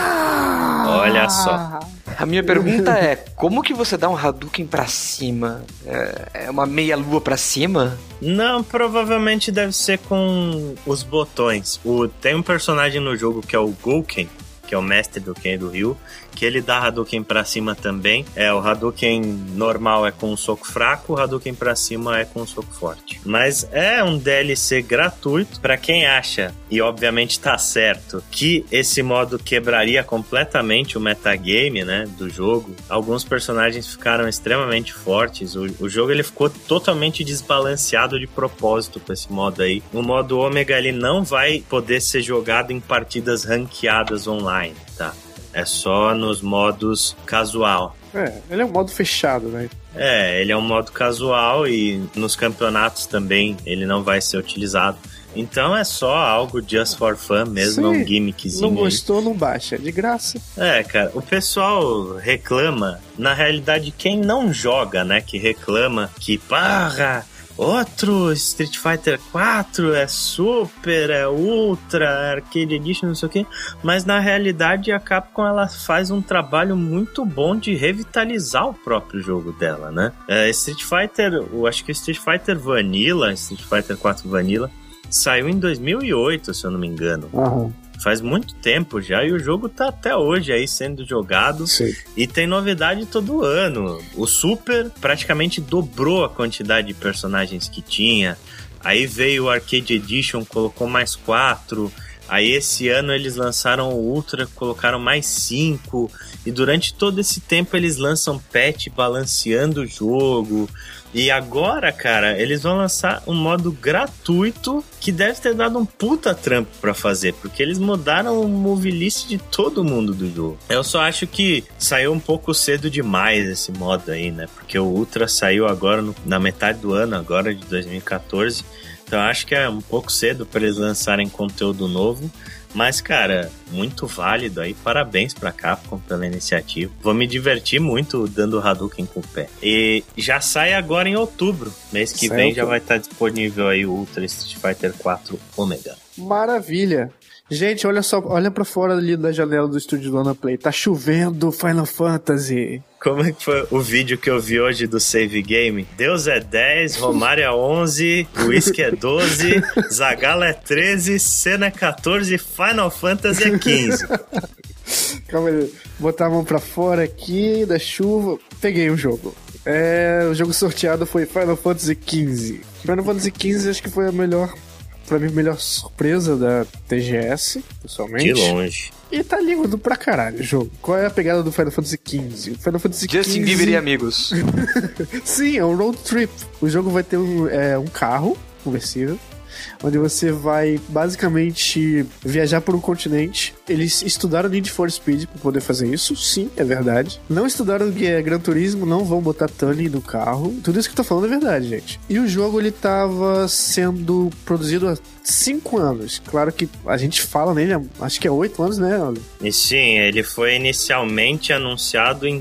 Olha só. A minha pergunta é, como que você dá um Hadouken pra cima? É uma meia-lua pra cima? Não, provavelmente deve ser com os botões. Tem um personagem no jogo que é o Gouken, que é o mestre do Ken do Ryu, que ele dá Hadouken pra cima também. O Hadouken normal é com um soco fraco, o Hadouken pra cima é com um soco forte. Mas é um DLC gratuito pra quem acha, e obviamente tá certo, que esse modo quebraria completamente o metagame, né, do jogo. Alguns personagens ficaram extremamente fortes. O jogo ele ficou totalmente desbalanceado de propósito com esse modo aí. O modo Omega ele não vai poder ser jogado em partidas ranqueadas online, tá? É só nos modos casual. Ele é um modo fechado, né? Ele é um modo casual e nos campeonatos também ele não vai ser utilizado. Então é só algo just for fun mesmo, um gimmickzinho. Não gostou, não baixa, é de graça. Cara, o pessoal reclama, na realidade quem não joga, né, que reclama que, outro Street Fighter 4 é Super, é Ultra, Arcade Edition, não sei o que, mas na realidade a Capcom ela faz um trabalho muito bom de revitalizar o próprio jogo dela, né? Street Fighter, eu acho que Street Fighter Vanilla, Street Fighter 4 Vanilla, saiu em 2008, se eu não me engano. Uhum. Faz muito tempo já e o jogo tá até hoje aí sendo jogado. Sim. E tem novidade todo ano. O Super praticamente dobrou a quantidade de personagens que tinha. Aí veio o Arcade Edition, colocou mais 4. Aí esse ano eles lançaram o Ultra, colocaram mais 5. E durante todo esse tempo eles lançam patch balanceando o jogo. E agora, cara, eles vão lançar um modo gratuito que deve ter dado um puta trampo pra fazer, porque eles mudaram o move list de todo mundo do jogo. Eu só acho que saiu um pouco cedo demais esse modo aí, né? Porque o Ultra saiu agora na metade do ano, agora de 2014. Então acho que é um pouco cedo pra eles lançarem conteúdo novo. Mas, cara, muito válido aí. Parabéns pra Capcom pela iniciativa. Vou me divertir muito dando Hadouken com o pé. E já sai agora em outubro. Mês que vem já vai estar disponível aí o Ultra Street Fighter 4 Omega. Maravilha. Gente, olha só, olha pra fora ali da janela do estúdio do Ana Play. Tá chovendo Final Fantasy. Como é que foi o vídeo que eu vi hoje do Save Game? Deus é 10, Romário é 11, Whisky é 12, Zagalo é 13, Senna é 14, Final Fantasy é 15. Calma aí, botar a mão pra fora aqui da chuva. Peguei o jogo. O jogo sorteado foi Final Fantasy XV. Final Fantasy XV acho que foi a melhor, pra mim, a melhor surpresa da TGS, pessoalmente. De longe. E tá lindo pra caralho o jogo. Qual é a pegada do Final Fantasy XV? O Final Fantasy Justin Bieber e amigos. Sim, é um road trip. O jogo vai ter um carro conversível, onde você vai basicamente viajar por um continente. Eles estudaram Need for Speed para poder fazer isso, sim, é verdade. Não estudaram Gran Turismo, não vão botar tuning no carro. Tudo isso que eu tô falando é verdade, gente. E o jogo, ele tava sendo produzido há 5 anos. Claro que a gente fala nele, acho que é 8 anos, né? E sim, ele foi inicialmente anunciado em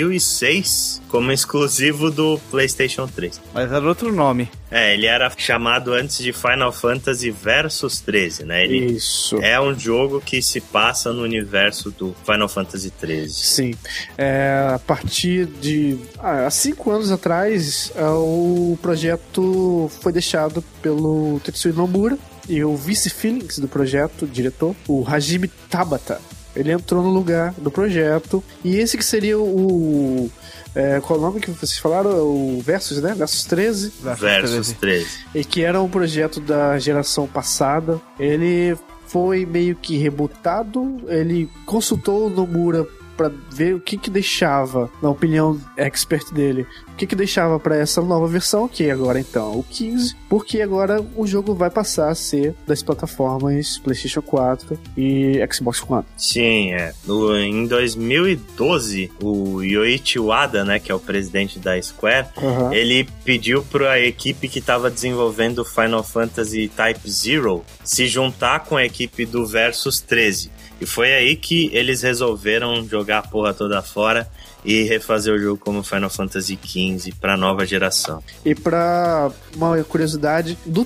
2006 como exclusivo do PlayStation 3. Mas era outro nome. Ele era chamado antes de Final Fantasy Versus 13, né? Isso. É um jogo que se passa no universo do Final Fantasy 13. Sim. A partir de... há 5 anos atrás, o projeto foi deixado pelo Tetsuya Nomura e o vice-Feelings do projeto, o diretor, o Hajime Tabata. Ele entrou no lugar do projeto e esse que seria o... qual é o nome que vocês falaram? O Versus, né? Versus 13. Versus 13. E que era um projeto da geração passada. Ele foi meio que rebutado. Ele consultou o Nomura pra ver o que deixava, na opinião expert dele, o que deixava pra essa nova versão, que agora então o 15, porque agora o jogo vai passar a ser das plataformas PlayStation 4 e Xbox One. Sim, em 2012, o Yoichi Wada, né, que é o presidente da Square, ele pediu pra equipe que estava desenvolvendo o Final Fantasy Type Zero se juntar com a equipe do Versus 13. E foi aí que eles resolveram jogar a porra toda fora e refazer o jogo como Final Fantasy XV pra nova geração. E pra uma curiosidade, do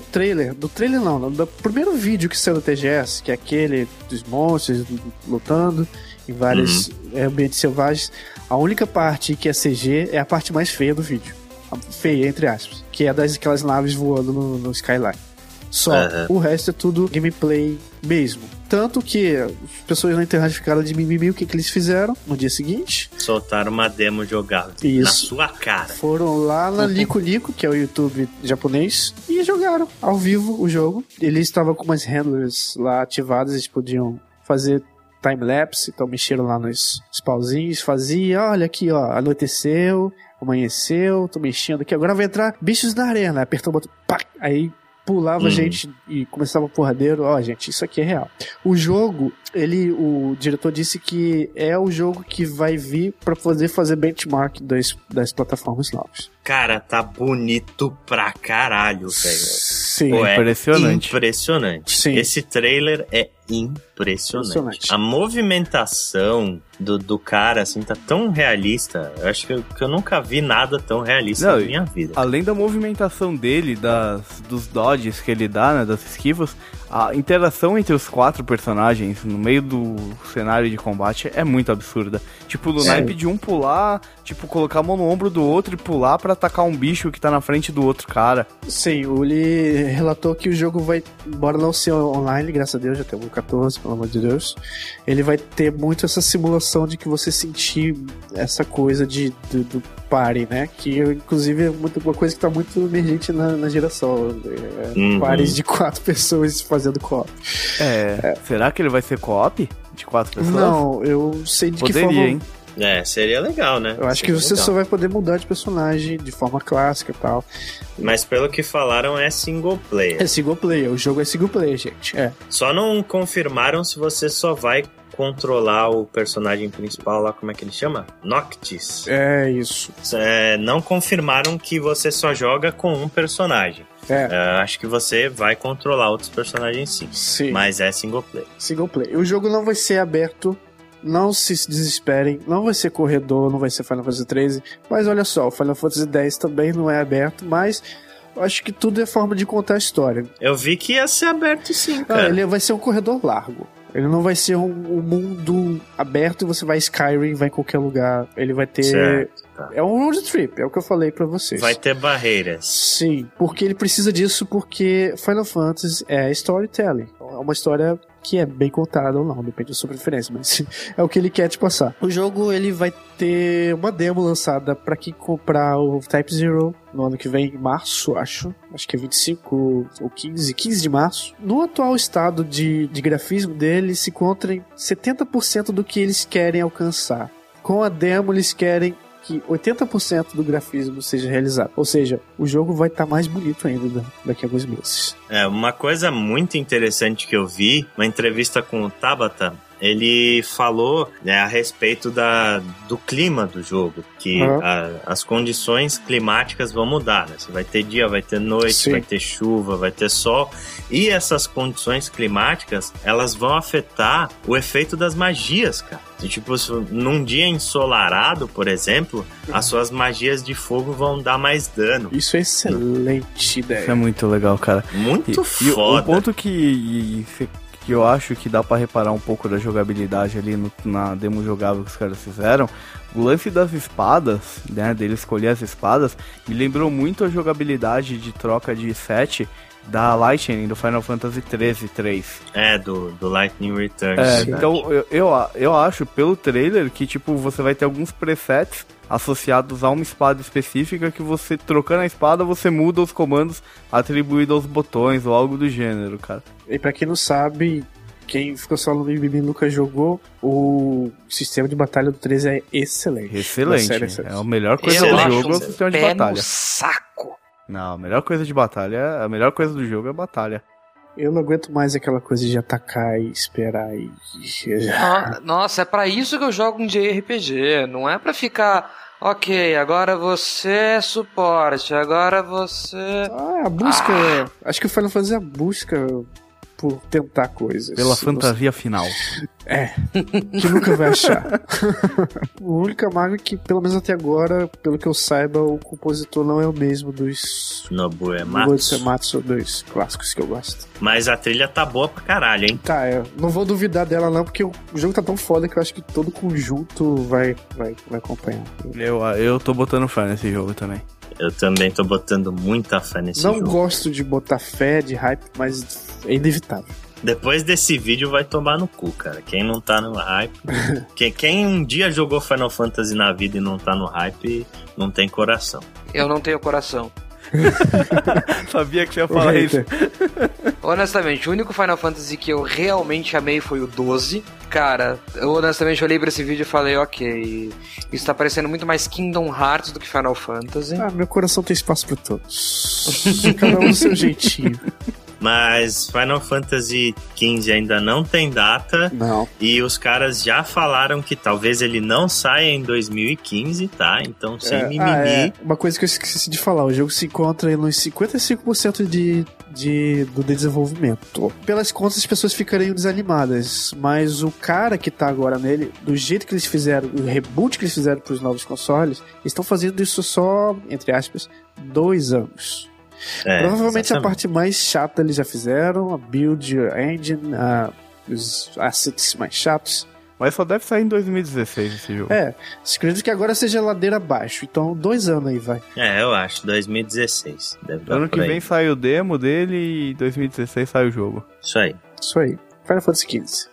primeiro vídeo que saiu do TGS, que é aquele dos monstros lutando em vários ambientes selvagens, a única parte que é CG é a parte mais feia do vídeo. Feia, entre aspas. Que é daquelas naves voando no Skyline. Só. O resto é tudo gameplay mesmo. Tanto que as pessoas na internet ficaram de mimimi. O que eles fizeram no dia seguinte? Soltaram uma demo jogável. Isso. Na sua cara. Foram lá na Nico Nico, que é o YouTube japonês, e jogaram ao vivo o jogo. Eles estavam com umas handlers lá ativadas, eles podiam fazer time-lapse, então mexeram lá nos pauzinhos, fazia, olha aqui, ó, anoiteceu, amanheceu, tô mexendo aqui, agora vai entrar bichos na arena, apertou o botão, pá, aí pulava gente e começava o porradeiro. Gente, isso aqui é real. O jogo, o diretor disse que é o jogo que vai vir pra poder fazer benchmark das plataformas novas. Cara, tá bonito pra caralho, velho. Sim. Pô, impressionante. Impressionante. Sim. Esse trailer é impressionante. A movimentação do cara, assim, tá tão realista. Eu acho que eu nunca vi nada tão realista na minha vida. Além da movimentação dele, dos dodges que ele dá, né, das esquivas, a interação entre os 4 personagens no meio do cenário de combate é muito absurda. Tipo, do naipe de um pular, tipo, colocar a mão no ombro do outro e pular pra atacar um bicho que tá na frente do outro cara. Sim, ele relatou que o jogo vai, embora não ser online, graças a Deus, já tem o 14, pelo amor de Deus, ele vai ter muito essa simulação de que você sentir essa coisa do party, né? Que, inclusive, é uma coisa que tá muito emergente na geração. Pares de 4 pessoas fazendo co-op. Será que ele vai ser co-op? De 4 pessoas? Não, eu sei de Poderia, que forma... hein? Seria legal, né? Eu acho que você só vai poder mudar de personagem de forma clássica e tal. Mas pelo que falaram, é single player. É single player, o jogo é single player, gente. Só não confirmaram se você só vai controlar o personagem principal lá, como é que ele chama? Noctis. É isso. Não confirmaram que você só joga com um personagem. Acho que você vai controlar outros personagens sim. Mas é single player. Single player. O jogo não vai ser aberto. Não se desesperem, não vai ser corredor, não vai ser Final Fantasy XIII, mas olha só, o Final Fantasy X também não é aberto, mas acho que tudo é forma de contar a história. Eu vi que ia ser aberto sim, cara. Ele vai ser um corredor largo. Ele não vai ser um mundo aberto e você vai Skyrim, vai em qualquer lugar. Ele vai ter... Certo, tá. É um road trip, é o que eu falei pra vocês. Vai ter barreiras. Sim, porque ele precisa disso, porque Final Fantasy é storytelling. É uma história que é bem contado ou não, depende da sua preferência, mas é o que ele quer te passar. O jogo, ele vai ter uma demo lançada pra quem comprar o Type Zero no ano que vem, em março, acho que é 25 ou 15 de março. No atual estado de grafismo dele, se encontra em 70% do que eles querem alcançar. Com a demo, eles querem que 80% do grafismo seja realizado. Ou seja, o jogo vai estar mais bonito ainda daqui a alguns meses. Uma coisa muito interessante que eu vi, uma entrevista com o Tabata, ele falou, né, a respeito do clima do jogo, que as condições climáticas vão mudar, né? Você vai ter dia, vai ter noite, Sim. Vai ter chuva, vai ter sol, e essas condições climáticas, elas vão afetar o efeito das magias, cara. E, tipo, num dia ensolarado, por exemplo, as suas magias de fogo vão dar mais dano. Isso é excelente ideia. Isso é muito legal, cara. Muito foda. E o ponto que eu acho que dá pra reparar um pouco da jogabilidade ali na demo jogável que os caras fizeram, o lance das espadas, né, dele escolher as espadas, me lembrou muito a jogabilidade de troca de set da Lightning do Final Fantasy 13-3. Do Lightning Returns. Então eu acho pelo trailer que tipo você vai ter alguns presets associados a uma espada específica que você, trocando a espada, você muda os comandos atribuídos aos botões ou algo do gênero, cara. E pra quem não sabe, quem ficou só no Bibi nunca jogou, o sistema de batalha do 13 é excelente. Excelente. É a melhor coisa do jogo é o sistema de batalha. No saco. Não, a melhor coisa de batalha, a melhor coisa do jogo é a batalha. Eu não aguento mais aquela coisa de atacar e esperar e... Nossa, é pra isso que eu jogo um JRPG, não é pra ficar... Ok, agora você é suporte, agora você... a busca... Acho que o Final Fantasy é a busca por tentar coisas. Pela fantasia final. Que nunca vai achar. O único mago é que, pelo menos até agora, pelo que eu saiba, o compositor não é o mesmo dos... Nobuo Uematsu, dos clássicos que eu gosto. Mas a trilha tá boa pra caralho, hein? Tá, não vou duvidar dela não, porque o jogo tá tão foda que eu acho que todo conjunto vai acompanhar. Eu tô botando fé nesse jogo também. Eu também tô botando muita fé nesse jogo. Não gosto de botar fé, de hype, mas é inevitável. Depois desse vídeo vai tomar no cu, cara. Quem não tá no hype... quem um dia jogou Final Fantasy na vida e não tá no hype, não tem coração. Eu não tenho coração. Sabia que você ia falar isso. Honestamente, o único Final Fantasy que eu realmente amei foi o 12. Cara, eu honestamente olhei pra esse vídeo e falei, ok, isso tá parecendo muito mais Kingdom Hearts do que Final Fantasy. Meu coração tem espaço pra todos. Cada um do seu jeitinho. Mas Final Fantasy XV ainda não tem data. Não. E os caras já falaram que talvez ele não saia em 2015, tá? Então, sem mimimi. Uma coisa que eu esqueci de falar, o jogo se encontra nos 55% do desenvolvimento. Pelas contas, as pessoas ficariam desanimadas, mas o cara que tá agora nele, do jeito que eles fizeram, o reboot que eles fizeram pros novos consoles, estão fazendo isso só, entre aspas, 2 anos. Provavelmente exatamente. A parte mais chata eles já fizeram, a build engine, os assets mais chatos. Mas só deve sair em 2016 esse jogo. Acredito que agora seja ladeira abaixo, então 2 anos aí vai. Eu acho, 2016. Deve ano que vem sai o demo dele e 2016 sai o jogo. Isso aí. Final Fantasy XV.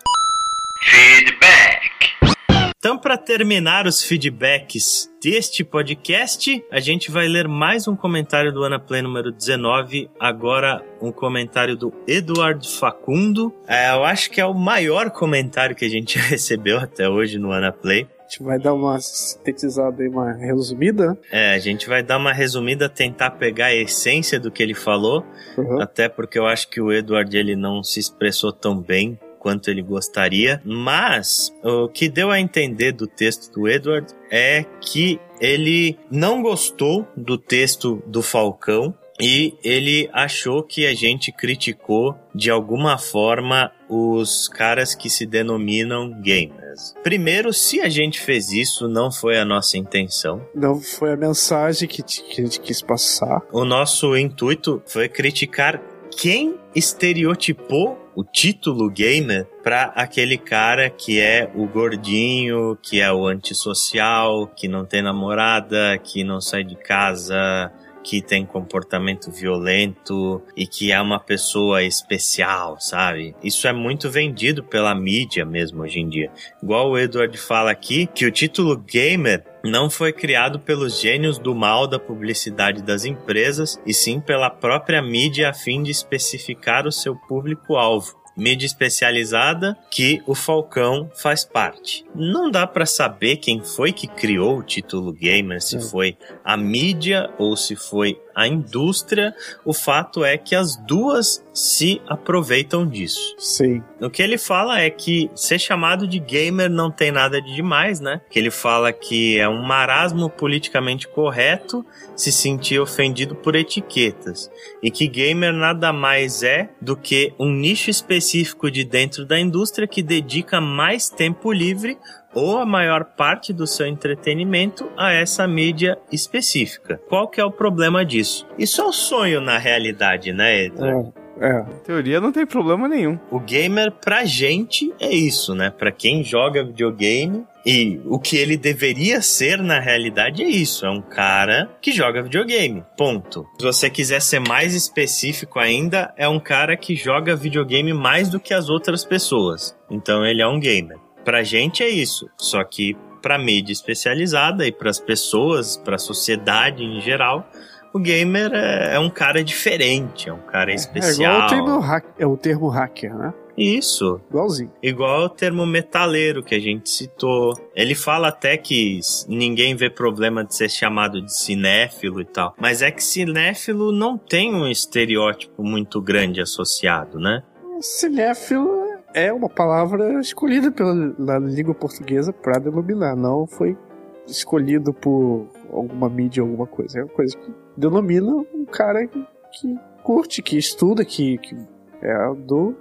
Feedback. Então, para terminar os feedbacks deste podcast, a gente vai ler mais um comentário do Anaplay número 19, agora um comentário do Eduardo Facundo. Eu acho que é o maior comentário que a gente recebeu até hoje no Anaplay. A gente vai dar uma sintetizada aí, uma resumida. A gente vai dar uma resumida, tentar pegar a essência do que ele falou, até porque eu acho que o Eduardo ele não se expressou tão bem quanto ele gostaria, mas o que deu a entender do texto do Edward é que ele não gostou do texto do Falcão e ele achou que a gente criticou de alguma forma os caras que se denominam gamers. Primeiro, se a gente fez isso, não foi a nossa intenção. Não foi a mensagem que a gente quis passar. O nosso intuito foi criticar quem estereotipou o título gamer pra aquele cara que é o gordinho, que é o antissocial, que não tem namorada, que não sai de casa, que tem comportamento violento e que é uma pessoa especial, sabe? Isso é muito vendido pela mídia mesmo hoje em dia. Igual o Edward fala aqui, que o título gamer não foi criado pelos gênios do mal da publicidade das empresas, e sim pela própria mídia a fim de especificar o seu público-alvo. Mídia especializada que o Falcão faz parte. Não dá pra saber quem foi que criou o título gamer, se foi a mídia ou se foi a indústria. O fato é que as duas se aproveitam disso. Sim. O que ele fala é que ser chamado de gamer não tem nada de demais, né? Que ele fala que é um marasmo politicamente correto se sentir ofendido por etiquetas. E que gamer nada mais é do que um nicho específico de dentro da indústria que dedica mais tempo livre ou a maior parte do seu entretenimento a essa mídia específica. Qual que é o problema disso? Isso é um sonho na realidade, né, Edward? Em teoria não tem problema nenhum. O gamer pra gente é isso, né? Pra quem joga videogame, e o que ele deveria ser na realidade é isso, é um cara que joga videogame, ponto. Se você quiser ser mais específico ainda, é um cara que joga videogame mais do que as outras pessoas. Então ele é um gamer. Pra gente é isso, só que pra mídia especializada e pras pessoas, pra sociedade em geral, o gamer é um cara diferente, é um cara especial. É o termo hacker, né? Isso. Igualzinho. Igual o termo metaleiro que a gente citou. Ele fala até que ninguém vê problema de ser chamado de cinéfilo e tal. Mas é que cinéfilo não tem um estereótipo muito grande associado, né? Cinéfilo é uma palavra escolhida na língua portuguesa para denominar. Não foi escolhido por alguma mídia ou alguma coisa. É uma coisa que denomina um cara que curte, que estuda, que é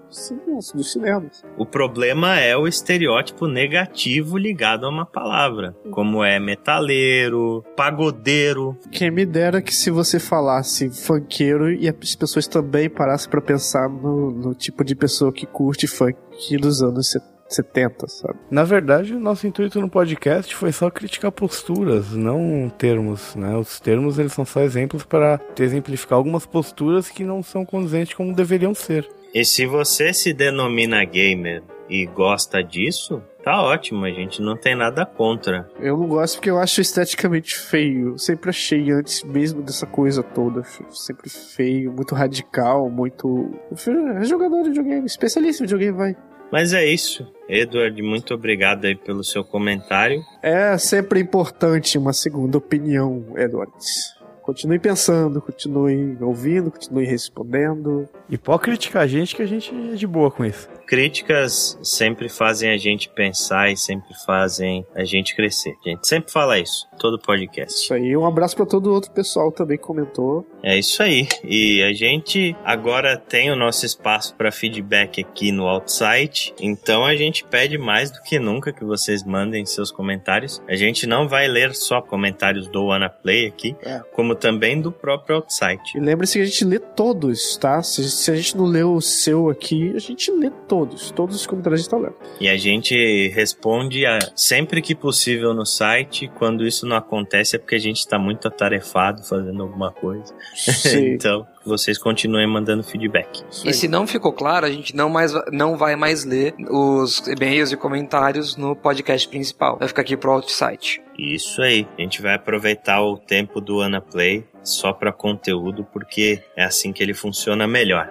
dos cinemas. O problema é o estereótipo negativo ligado a uma palavra, como é metaleiro, pagodeiro. Quem me dera que se você falasse funkeiro e as pessoas também parassem pra pensar no tipo de pessoa que curte funk dos anos 70, sabe? Na verdade, o nosso intuito no podcast foi só criticar posturas, não termos, né? Os termos, eles são só exemplos para exemplificar algumas posturas que não são condizentes como deveriam ser. E se você se denomina gamer e gosta disso, tá ótimo, a gente não tem nada contra. Eu não gosto porque eu acho esteticamente feio. Sempre achei antes mesmo dessa coisa toda. Sempre feio, muito radical, muito... Jogador de videogame, especialista em videogame, vai. Mas é isso. Edward, muito obrigado aí pelo seu comentário. É sempre importante uma segunda opinião, Edward. Continue pensando, continue ouvindo, continue respondendo. E pode criticar a gente, que a gente é de boa com isso. Críticas sempre fazem a gente pensar e sempre fazem a gente crescer. A gente sempre fala isso, todo podcast. Isso aí, um abraço para todo o outro pessoal que também comentou. É isso aí. E a gente agora tem o nosso espaço para feedback aqui no Outsite. Então a gente pede mais do que nunca que vocês mandem seus comentários. A gente não vai ler só comentários do WannaPlay aqui, como também do próprio Outsite. E lembre-se que a gente lê todos, tá? Se a gente não leu o seu aqui, a gente lê todos os comentários a gente tá lendo. E a gente responde sempre que possível no site. Quando isso não acontece é porque a gente tá muito atarefado fazendo alguma coisa. Então, vocês continuem mandando feedback. E se não ficou claro, a gente não vai mais ler os e-mails e comentários no podcast principal. Vai ficar aqui pro Outsite. Isso aí. A gente vai aproveitar o tempo do WannaPlay só para conteúdo, porque é assim que ele funciona melhor.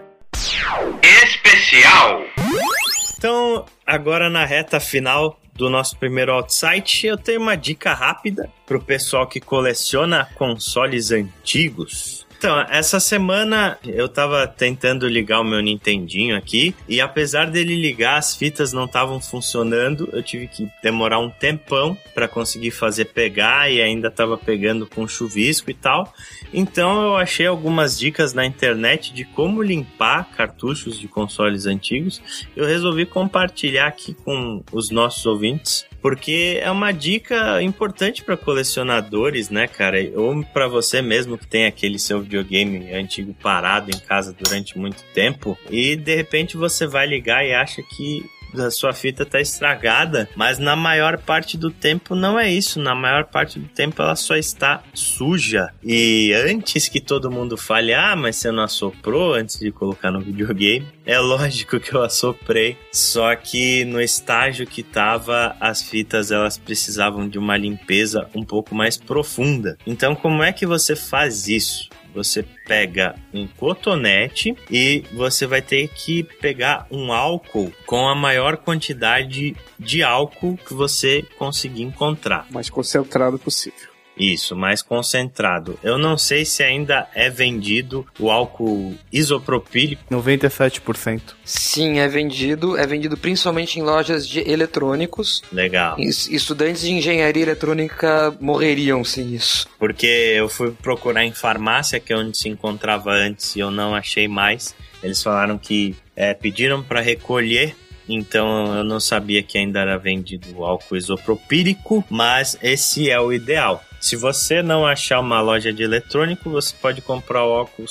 Especial! Então, agora na reta final do nosso primeiro Outsite, eu tenho uma dica rápida pro pessoal que coleciona consoles antigos. Então, essa semana eu tava tentando ligar o meu Nintendinho aqui, e apesar dele ligar, as fitas não estavam funcionando. Eu tive que demorar um tempão para conseguir fazer pegar, e ainda tava pegando com chuvisco e tal. Então eu achei algumas dicas na internet de como limpar cartuchos de consoles antigos. Eu resolvi compartilhar aqui com os nossos ouvintes, porque é uma dica importante para colecionadores, né, cara? Ou para você mesmo que tem aquele seu videogame antigo parado em casa durante muito tempo e de repente você vai ligar e acha que a sua fita tá estragada, mas na maior parte do tempo não é isso. Na maior parte do tempo ela só está suja. E antes que todo mundo fale, mas você não assoprou antes de colocar no videogame, é lógico que eu assoprei, só que no estágio que tava, as fitas elas precisavam de uma limpeza um pouco mais profunda. Então, como é que você faz isso? Você pega um cotonete e você vai ter que pegar um álcool com a maior quantidade de álcool que você conseguir encontrar. Mais concentrado possível. Isso, mais concentrado. Eu não sei se ainda é vendido o álcool isopropílico. 97%. Sim, é vendido principalmente em lojas de eletrônicos. Legal. Estudantes de engenharia eletrônica morreriam sem isso. Porque eu fui procurar em farmácia, que é onde se encontrava antes, e eu não achei mais. Eles falaram que pediram para recolher. Então eu não sabia que ainda era vendido o álcool isopropílico, mas esse é o ideal. Se você não achar uma loja de eletrônico, você pode comprar o álcool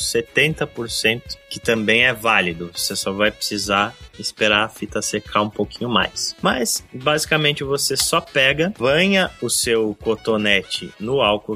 70%, que também é válido. Você só vai precisar esperar a fita secar um pouquinho mais. Mas, basicamente, você só pega, banha o seu cotonete no álcool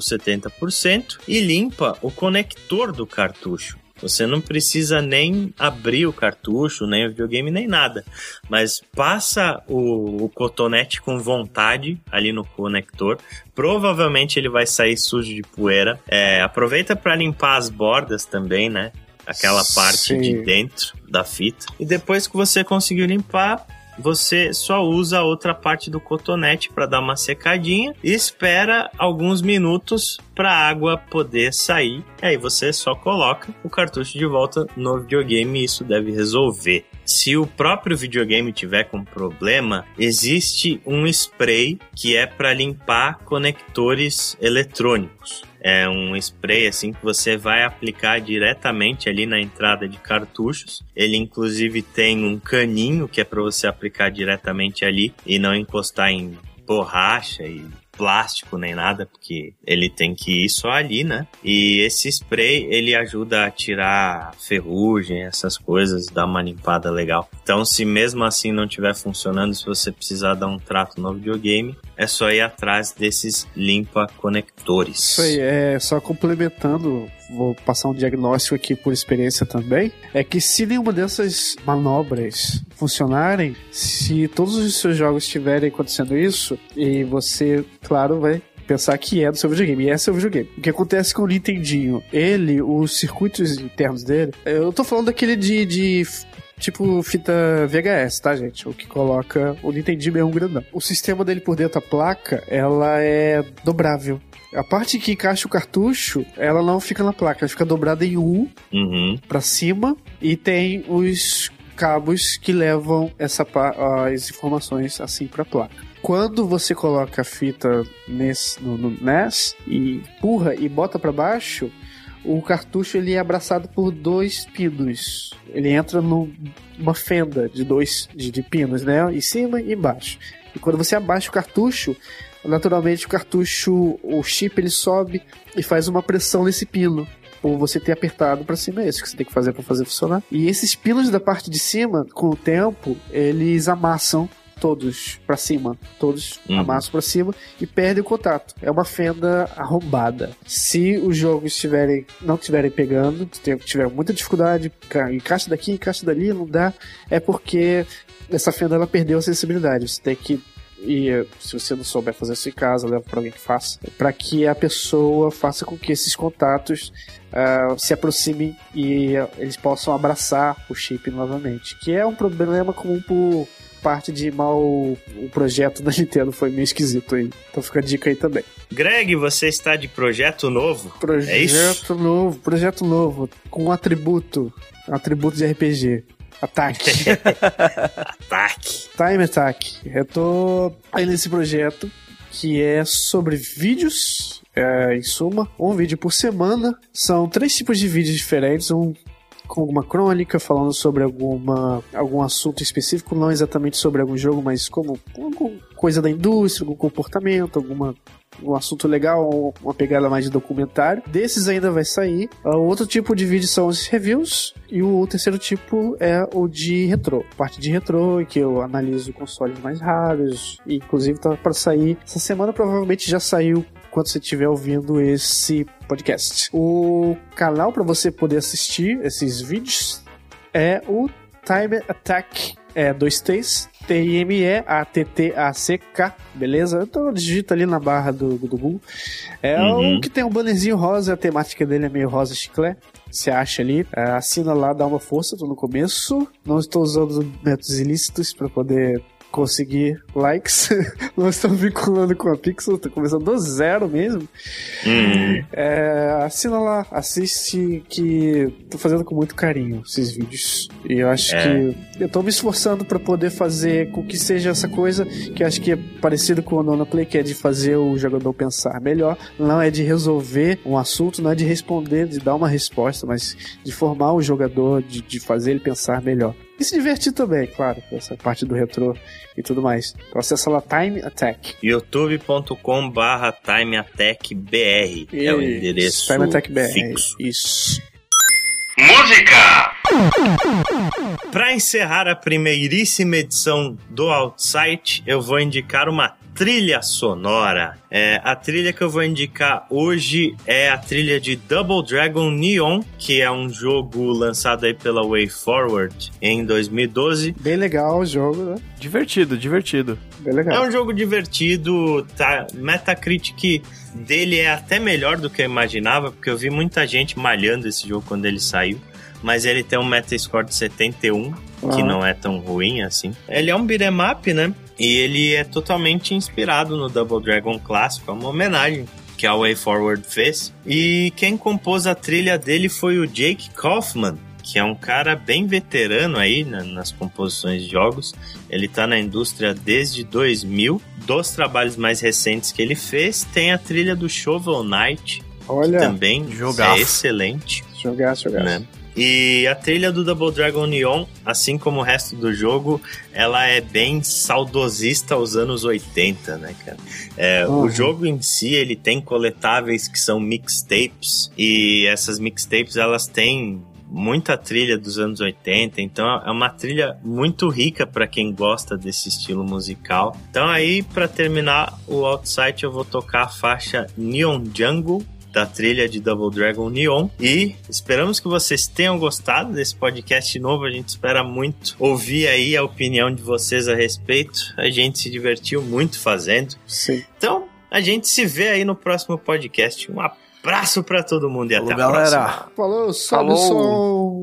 70% e limpa o conector do cartucho. Você não precisa nem abrir o cartucho, nem o videogame, nem nada. Mas passa o cotonete com vontade ali no conector. Provavelmente ele vai sair sujo de poeira. Aproveita para limpar as bordas também, né? Aquela parte de dentro da fita. E depois que você conseguiu limpar, você só usa a outra parte do cotonete para dar uma secadinha e espera alguns minutos para a água poder sair. E aí você só coloca o cartucho de volta no videogame e isso deve resolver. Se o próprio videogame tiver com problema, existe um spray que é para limpar conectores eletrônicos. É um spray assim que você vai aplicar diretamente ali na entrada de cartuchos. Ele inclusive tem um caninho que é para você aplicar diretamente ali e não encostar em borracha e plástico nem nada, porque ele tem que ir só ali, né? E esse spray, ele ajuda a tirar ferrugem, essas coisas, dar uma limpada legal. Então, se mesmo assim não estiver funcionando, se você precisar dar um trato no videogame, é só ir atrás desses limpa-conectores. Isso aí, só complementando, vou passar um diagnóstico aqui por experiência também, é que se nenhuma dessas manobras funcionarem, se todos os seus jogos estiverem acontecendo isso, e você, claro, vai pensar que é do seu videogame, e é seu videogame. O que acontece com o Nintendinho? Os circuitos internos dele, eu tô falando daquele de tipo fita VHS, tá, gente? O que coloca o Nintendinho é um grandão. O sistema dele por dentro da placa, ela é dobrável. A parte que encaixa o cartucho, ela não fica na placa, ela fica dobrada em U pra cima e tem os cabos que levam as informações assim pra placa. Quando você coloca a fita no NES e empurra e bota pra baixo, o cartucho ele é abraçado por 2 pinos. Ele entra numa fenda de pinos, né? Em cima e embaixo. E quando você abaixa o cartucho, naturalmente o chip ele sobe e faz uma pressão nesse pino. Ou você ter apertado pra cima, é isso que você tem que fazer pra fazer funcionar. E esses pinos da parte de cima, com o tempo, eles amassam todos pra cima, amassam pra cima e perdem o contato. É uma fenda arrombada. Se os jogos não estiverem pegando, tiver muita dificuldade, encaixa daqui, encaixa dali, não dá, é porque essa fenda ela perdeu a sensibilidade. Você tem que se você não souber fazer isso em casa, leva pra alguém que faça, para que a pessoa faça com que esses contatos se aproximem e eles possam abraçar o chip novamente, que é um problema comum por parte de o projeto da Nintendo foi meio esquisito aí. Então fica a dica aí também. Greg, você está de projeto novo? É isso? Projeto novo, com um atributo de RPG. Ataque. Ataque. Time Attack. Eu tô aí nesse projeto que é sobre vídeos, em suma, um vídeo por semana. São 3 tipos de vídeos diferentes, um com alguma crônica, falando sobre algum assunto específico, não exatamente sobre algum jogo, mas como alguma coisa da indústria, algum comportamento, alguma um assunto legal, uma pegada mais de documentário. Desses ainda vai sair. O outro tipo de vídeo são os reviews. E o terceiro tipo é o de retrô. Parte de retrô, em que eu analiso consoles mais raros. E, inclusive tá para sair essa semana, provavelmente já saiu quando você estiver ouvindo esse podcast. O canal para você poder assistir esses vídeos é o Time Attack, 2 T's, TIMEATTACK, beleza? Então digita ali na barra do Google. O que tem um bannerzinho rosa, a temática dele é meio rosa chiclete. Você acha ali, assina lá, dá uma força, tô no começo. Não estou usando métodos ilícitos para poder conseguir likes. Não estou vinculando com a Pixel, tô começando do zero mesmo. Assina lá, assiste, que tô fazendo com muito carinho esses vídeos. E eu acho que eu tô me esforçando para poder fazer com que seja essa coisa que eu acho que é parecido com o Nona Play, que é de fazer o jogador pensar melhor. Não é de resolver um assunto, não é de responder, de dar uma resposta, mas de formar o jogador, de fazer ele pensar melhor. E se divertir também, claro, essa parte do retrô e tudo mais. Então acessa lá Time Attack. youtube.com/TimeAttackBR é o endereço Time Attack BR. fixo. Isso. Música! Para encerrar a primeiríssima edição do Outside, eu vou indicar uma trilha sonora. A trilha que eu vou indicar hoje é a trilha de Double Dragon Neon, que é um jogo lançado aí pela WayForward em 2012. Bem legal o jogo, né? Divertido. Bem legal. É um jogo divertido, tá? Metacritic dele é até melhor do que eu imaginava, porque eu vi muita gente malhando esse jogo quando ele saiu. Mas ele tem um Metascore de 71, que não é tão ruim assim. Ele é um beat'em up, né? E ele é totalmente inspirado no Double Dragon clássico, é uma homenagem que a WayForward fez. E quem compôs a trilha dele foi o Jake Kaufman, que é um cara bem veterano aí nas composições de jogos. Ele tá na indústria desde 2000. Dos trabalhos mais recentes que ele fez, tem a trilha do Shovel Knight, que também é excelente. Jogaço. Né? E a trilha do Double Dragon Neon, assim como o resto do jogo, ela é bem saudosista aos anos 80, né, cara? O jogo em si, ele tem coletáveis que são mixtapes, e essas mixtapes, elas têm muita trilha dos anos 80, então é uma trilha muito rica para quem gosta desse estilo musical. Então aí, para terminar o Outside, eu vou tocar a faixa Neon Jungle, da trilha de Double Dragon Neon, e esperamos que vocês tenham gostado desse podcast novo. A gente espera muito ouvir aí a opinião de vocês a respeito. A gente se divertiu muito fazendo. Sim. Então, a gente se vê aí no próximo podcast. Um abraço pra todo mundo e até a galera. próxima. Falou, sobe o som.